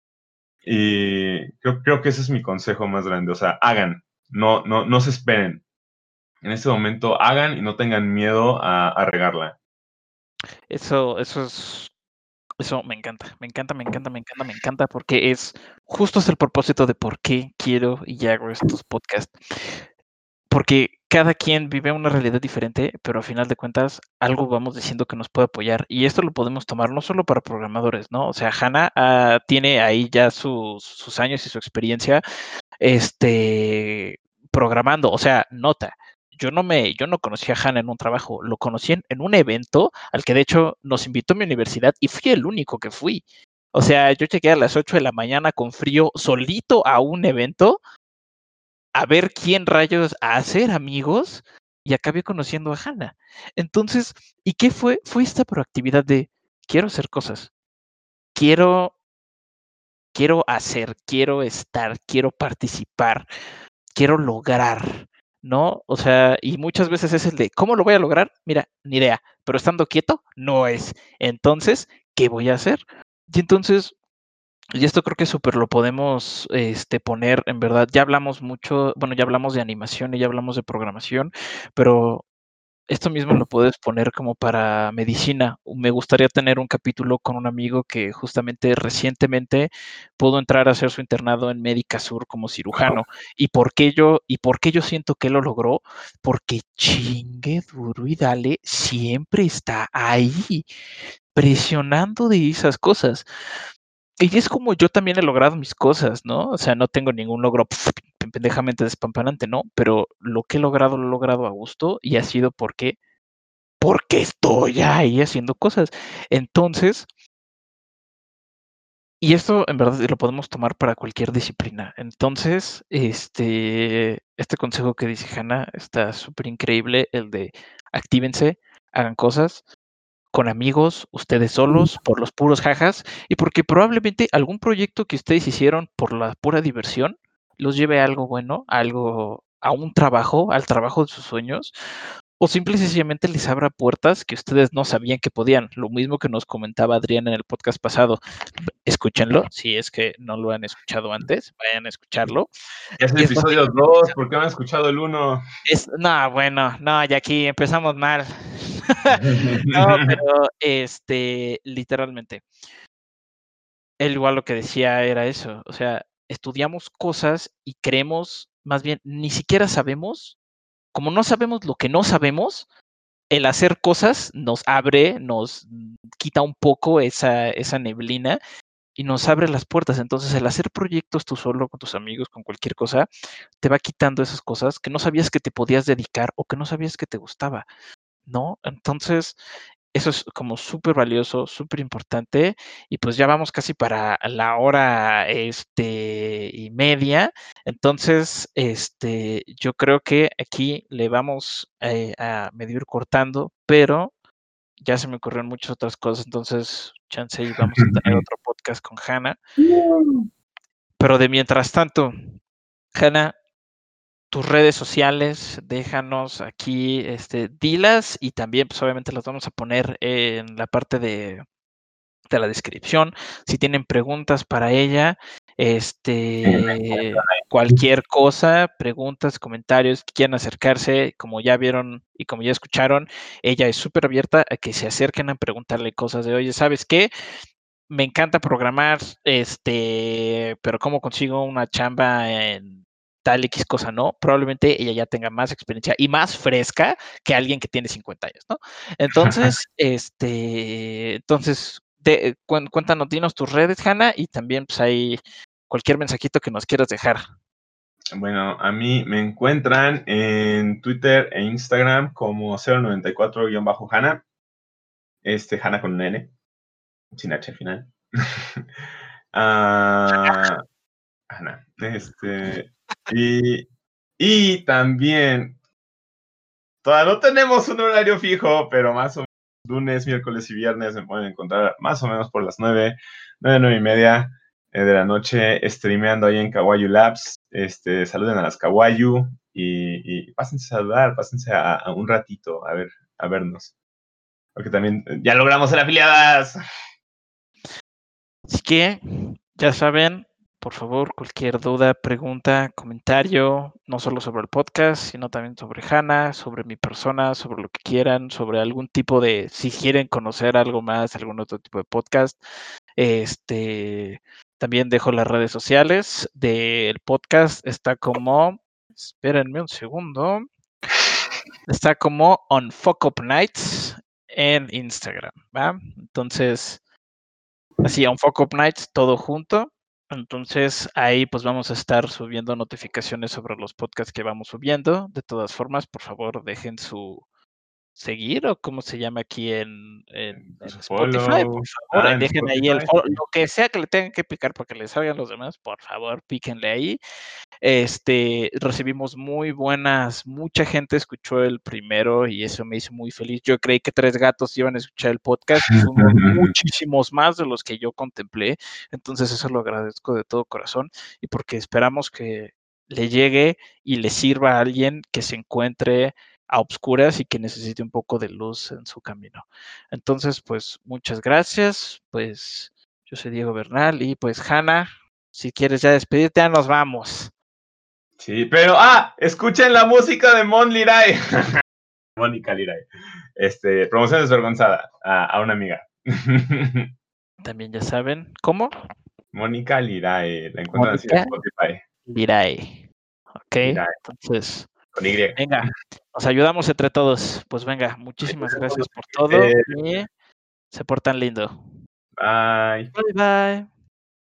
S2: y creo que ese es mi consejo más grande, o sea, hagan, no se esperen, en este momento hagan y no tengan miedo a regarla.
S1: Eso me encanta, me encanta, me encanta, me encanta, me encanta, porque justo es el propósito de por qué quiero y hago estos podcasts. Porque cada quien vive una realidad diferente, pero a final de cuentas algo vamos diciendo que nos puede apoyar. Y esto lo podemos tomar no solo para programadores, ¿no? O sea, Hannah tiene ahí ya sus años y su experiencia programando. O sea, nota, yo no conocí a Hannah en un trabajo, lo conocí en un evento al que de hecho nos invitó mi universidad y fui el único que fui. O sea, yo llegué a las 8 de la mañana con frío solito a un evento a ver quién rayos, a hacer amigos y acabé conociendo a Hannah. Entonces, ¿y qué fue? Fue esta proactividad de quiero hacer cosas, quiero, quiero hacer, quiero estar, quiero participar, quiero lograr, ¿no? O sea, y muchas veces es el de, ¿cómo lo voy a lograr? Mira, ni idea, pero estando quieto, no es. Entonces, ¿qué voy a hacer? Y entonces, y esto creo que súper lo podemos poner, en verdad, ya hablamos mucho, bueno, ya hablamos de animación y ya hablamos de programación, pero esto mismo lo puedes poner como para medicina. Me gustaría tener un capítulo con un amigo que justamente recientemente pudo entrar a hacer su internado en Médica Sur como cirujano. ¿Y por qué yo siento que lo logró? Porque chingue duro y dale, siempre está ahí, presionando de esas cosas. Y es como yo también he logrado mis cosas, ¿no? O sea, no tengo ningún logro pendejamente despampanante, ¿no? Pero lo que he logrado, lo he logrado a gusto y ha sido porque estoy ahí haciendo cosas. Entonces, y esto en verdad lo podemos tomar para cualquier disciplina. Entonces, este consejo que dice Hannah está súper increíble, el de actívense, hagan cosas con amigos, ustedes solos, por los puros jajas, y porque probablemente algún proyecto que ustedes hicieron por la pura diversión los lleve a algo bueno, a un trabajo, al trabajo de sus sueños, o simple y sencillamente les abra puertas que ustedes no sabían que podían. Lo mismo que nos comentaba Adrián en el podcast pasado. Escúchenlo, si es que no lo han escuchado antes, vayan a escucharlo.
S2: Ya es el
S1: Y es
S2: episodio
S1: básicamente
S2: 2,
S1: eso.
S2: ¿por qué no han escuchado el 1?
S1: No, bueno, no, ya aquí empezamos mal. No, pero literalmente, él igual lo que decía era eso, o sea, estudiamos cosas y creemos, más bien, ni siquiera sabemos, como no sabemos lo que no sabemos, el hacer cosas nos abre, nos quita un poco esa neblina y nos abre las puertas. Entonces, el hacer proyectos tú solo, con tus amigos, con cualquier cosa, te va quitando esas cosas que no sabías que te podías dedicar o que no sabías que te gustaba, ¿no? Entonces, eso es como súper valioso, súper importante. Y pues ya vamos casi para la hora, y media. Entonces, yo creo que aquí le vamos a medio ir cortando, pero ya se me ocurrieron muchas otras cosas. Entonces, chance y vamos a tener otro podcast con Hannah. Pero de mientras tanto, Hannah, tus redes sociales, déjanos aquí, dilas y también, pues, obviamente las vamos a poner en la parte de la descripción. Si tienen preguntas para ella, cualquier cosa, preguntas, comentarios, que quieran acercarse, como ya vieron y como ya escucharon, ella es súper abierta a que se acerquen a preguntarle cosas de, oye, ¿sabes qué? Me encanta programar, pero ¿cómo consigo una chamba en tal X cosa? No, probablemente ella ya tenga más experiencia y más fresca que alguien que tiene 50 años, ¿no? Entonces, cuéntanos, dinos tus redes, Hanna, y también, pues, ahí cualquier mensajito que nos quieras dejar.
S2: Bueno, a mí me encuentran en Twitter e Instagram como 094-Hanna. Hanna con un N, sin H al final. Hanna. Y también, todavía no tenemos un horario fijo, pero más o menos lunes, miércoles y viernes me pueden encontrar más o menos por las 9:30 de la noche, streameando ahí en Kawaii Labs. Saluden a las Kawaii y pásense a saludar, pásense a un ratito a vernos. Porque también ya logramos ser afiliadas.
S1: Así que, ya saben, por favor, cualquier duda, pregunta, comentario, no solo sobre el podcast, sino también sobre Hanna, sobre mi persona, sobre lo que quieran, sobre algún tipo de, si quieren conocer algo más, algún otro tipo de podcast. También dejo las redes sociales del podcast. Está como, espérenme un segundo, está como On Fuck Up Nights en Instagram, ¿va? Entonces, así, On Fuck Up Nights, todo junto. Entonces, ahí pues vamos a estar subiendo notificaciones sobre los podcasts que vamos subiendo. De todas formas, por favor, dejen su seguir o cómo se llama aquí en Spotify, por
S2: Follow.
S1: favor,
S2: En
S1: dejen ahí el
S2: Spotify.
S1: follow, lo que sea que le tengan que picar para que les salgan los demás, por favor, píquenle ahí. Recibimos muy buenas, mucha gente escuchó el primero y eso me hizo muy feliz. Yo creí que 3 gatos iban a escuchar el podcast y fuimos muchísimos más de los que yo contemplé. Entonces eso lo agradezco de todo corazón y porque esperamos que le llegue y le sirva a alguien que se encuentre a obscuras y que necesite un poco de luz en su camino. Entonces, pues muchas gracias. Pues yo soy Diego Bernal y pues Hanna, si quieres ya despedirte, ya nos vamos.
S2: Sí, pero escuchen la música de Mon Liray. Mónica Liray. Promoción desvergonzada a una amiga.
S1: También ya saben, ¿cómo?
S2: Mónica Liray, la encuentran así en
S1: Mónica
S2: Spotify.
S1: Liray. Ok,
S2: Liray,
S1: entonces,
S2: con Y.
S1: venga, nos ayudamos entre todos. Pues venga, muchísimas gracias por todo y se portan lindo.
S2: Bye.
S1: Bye bye.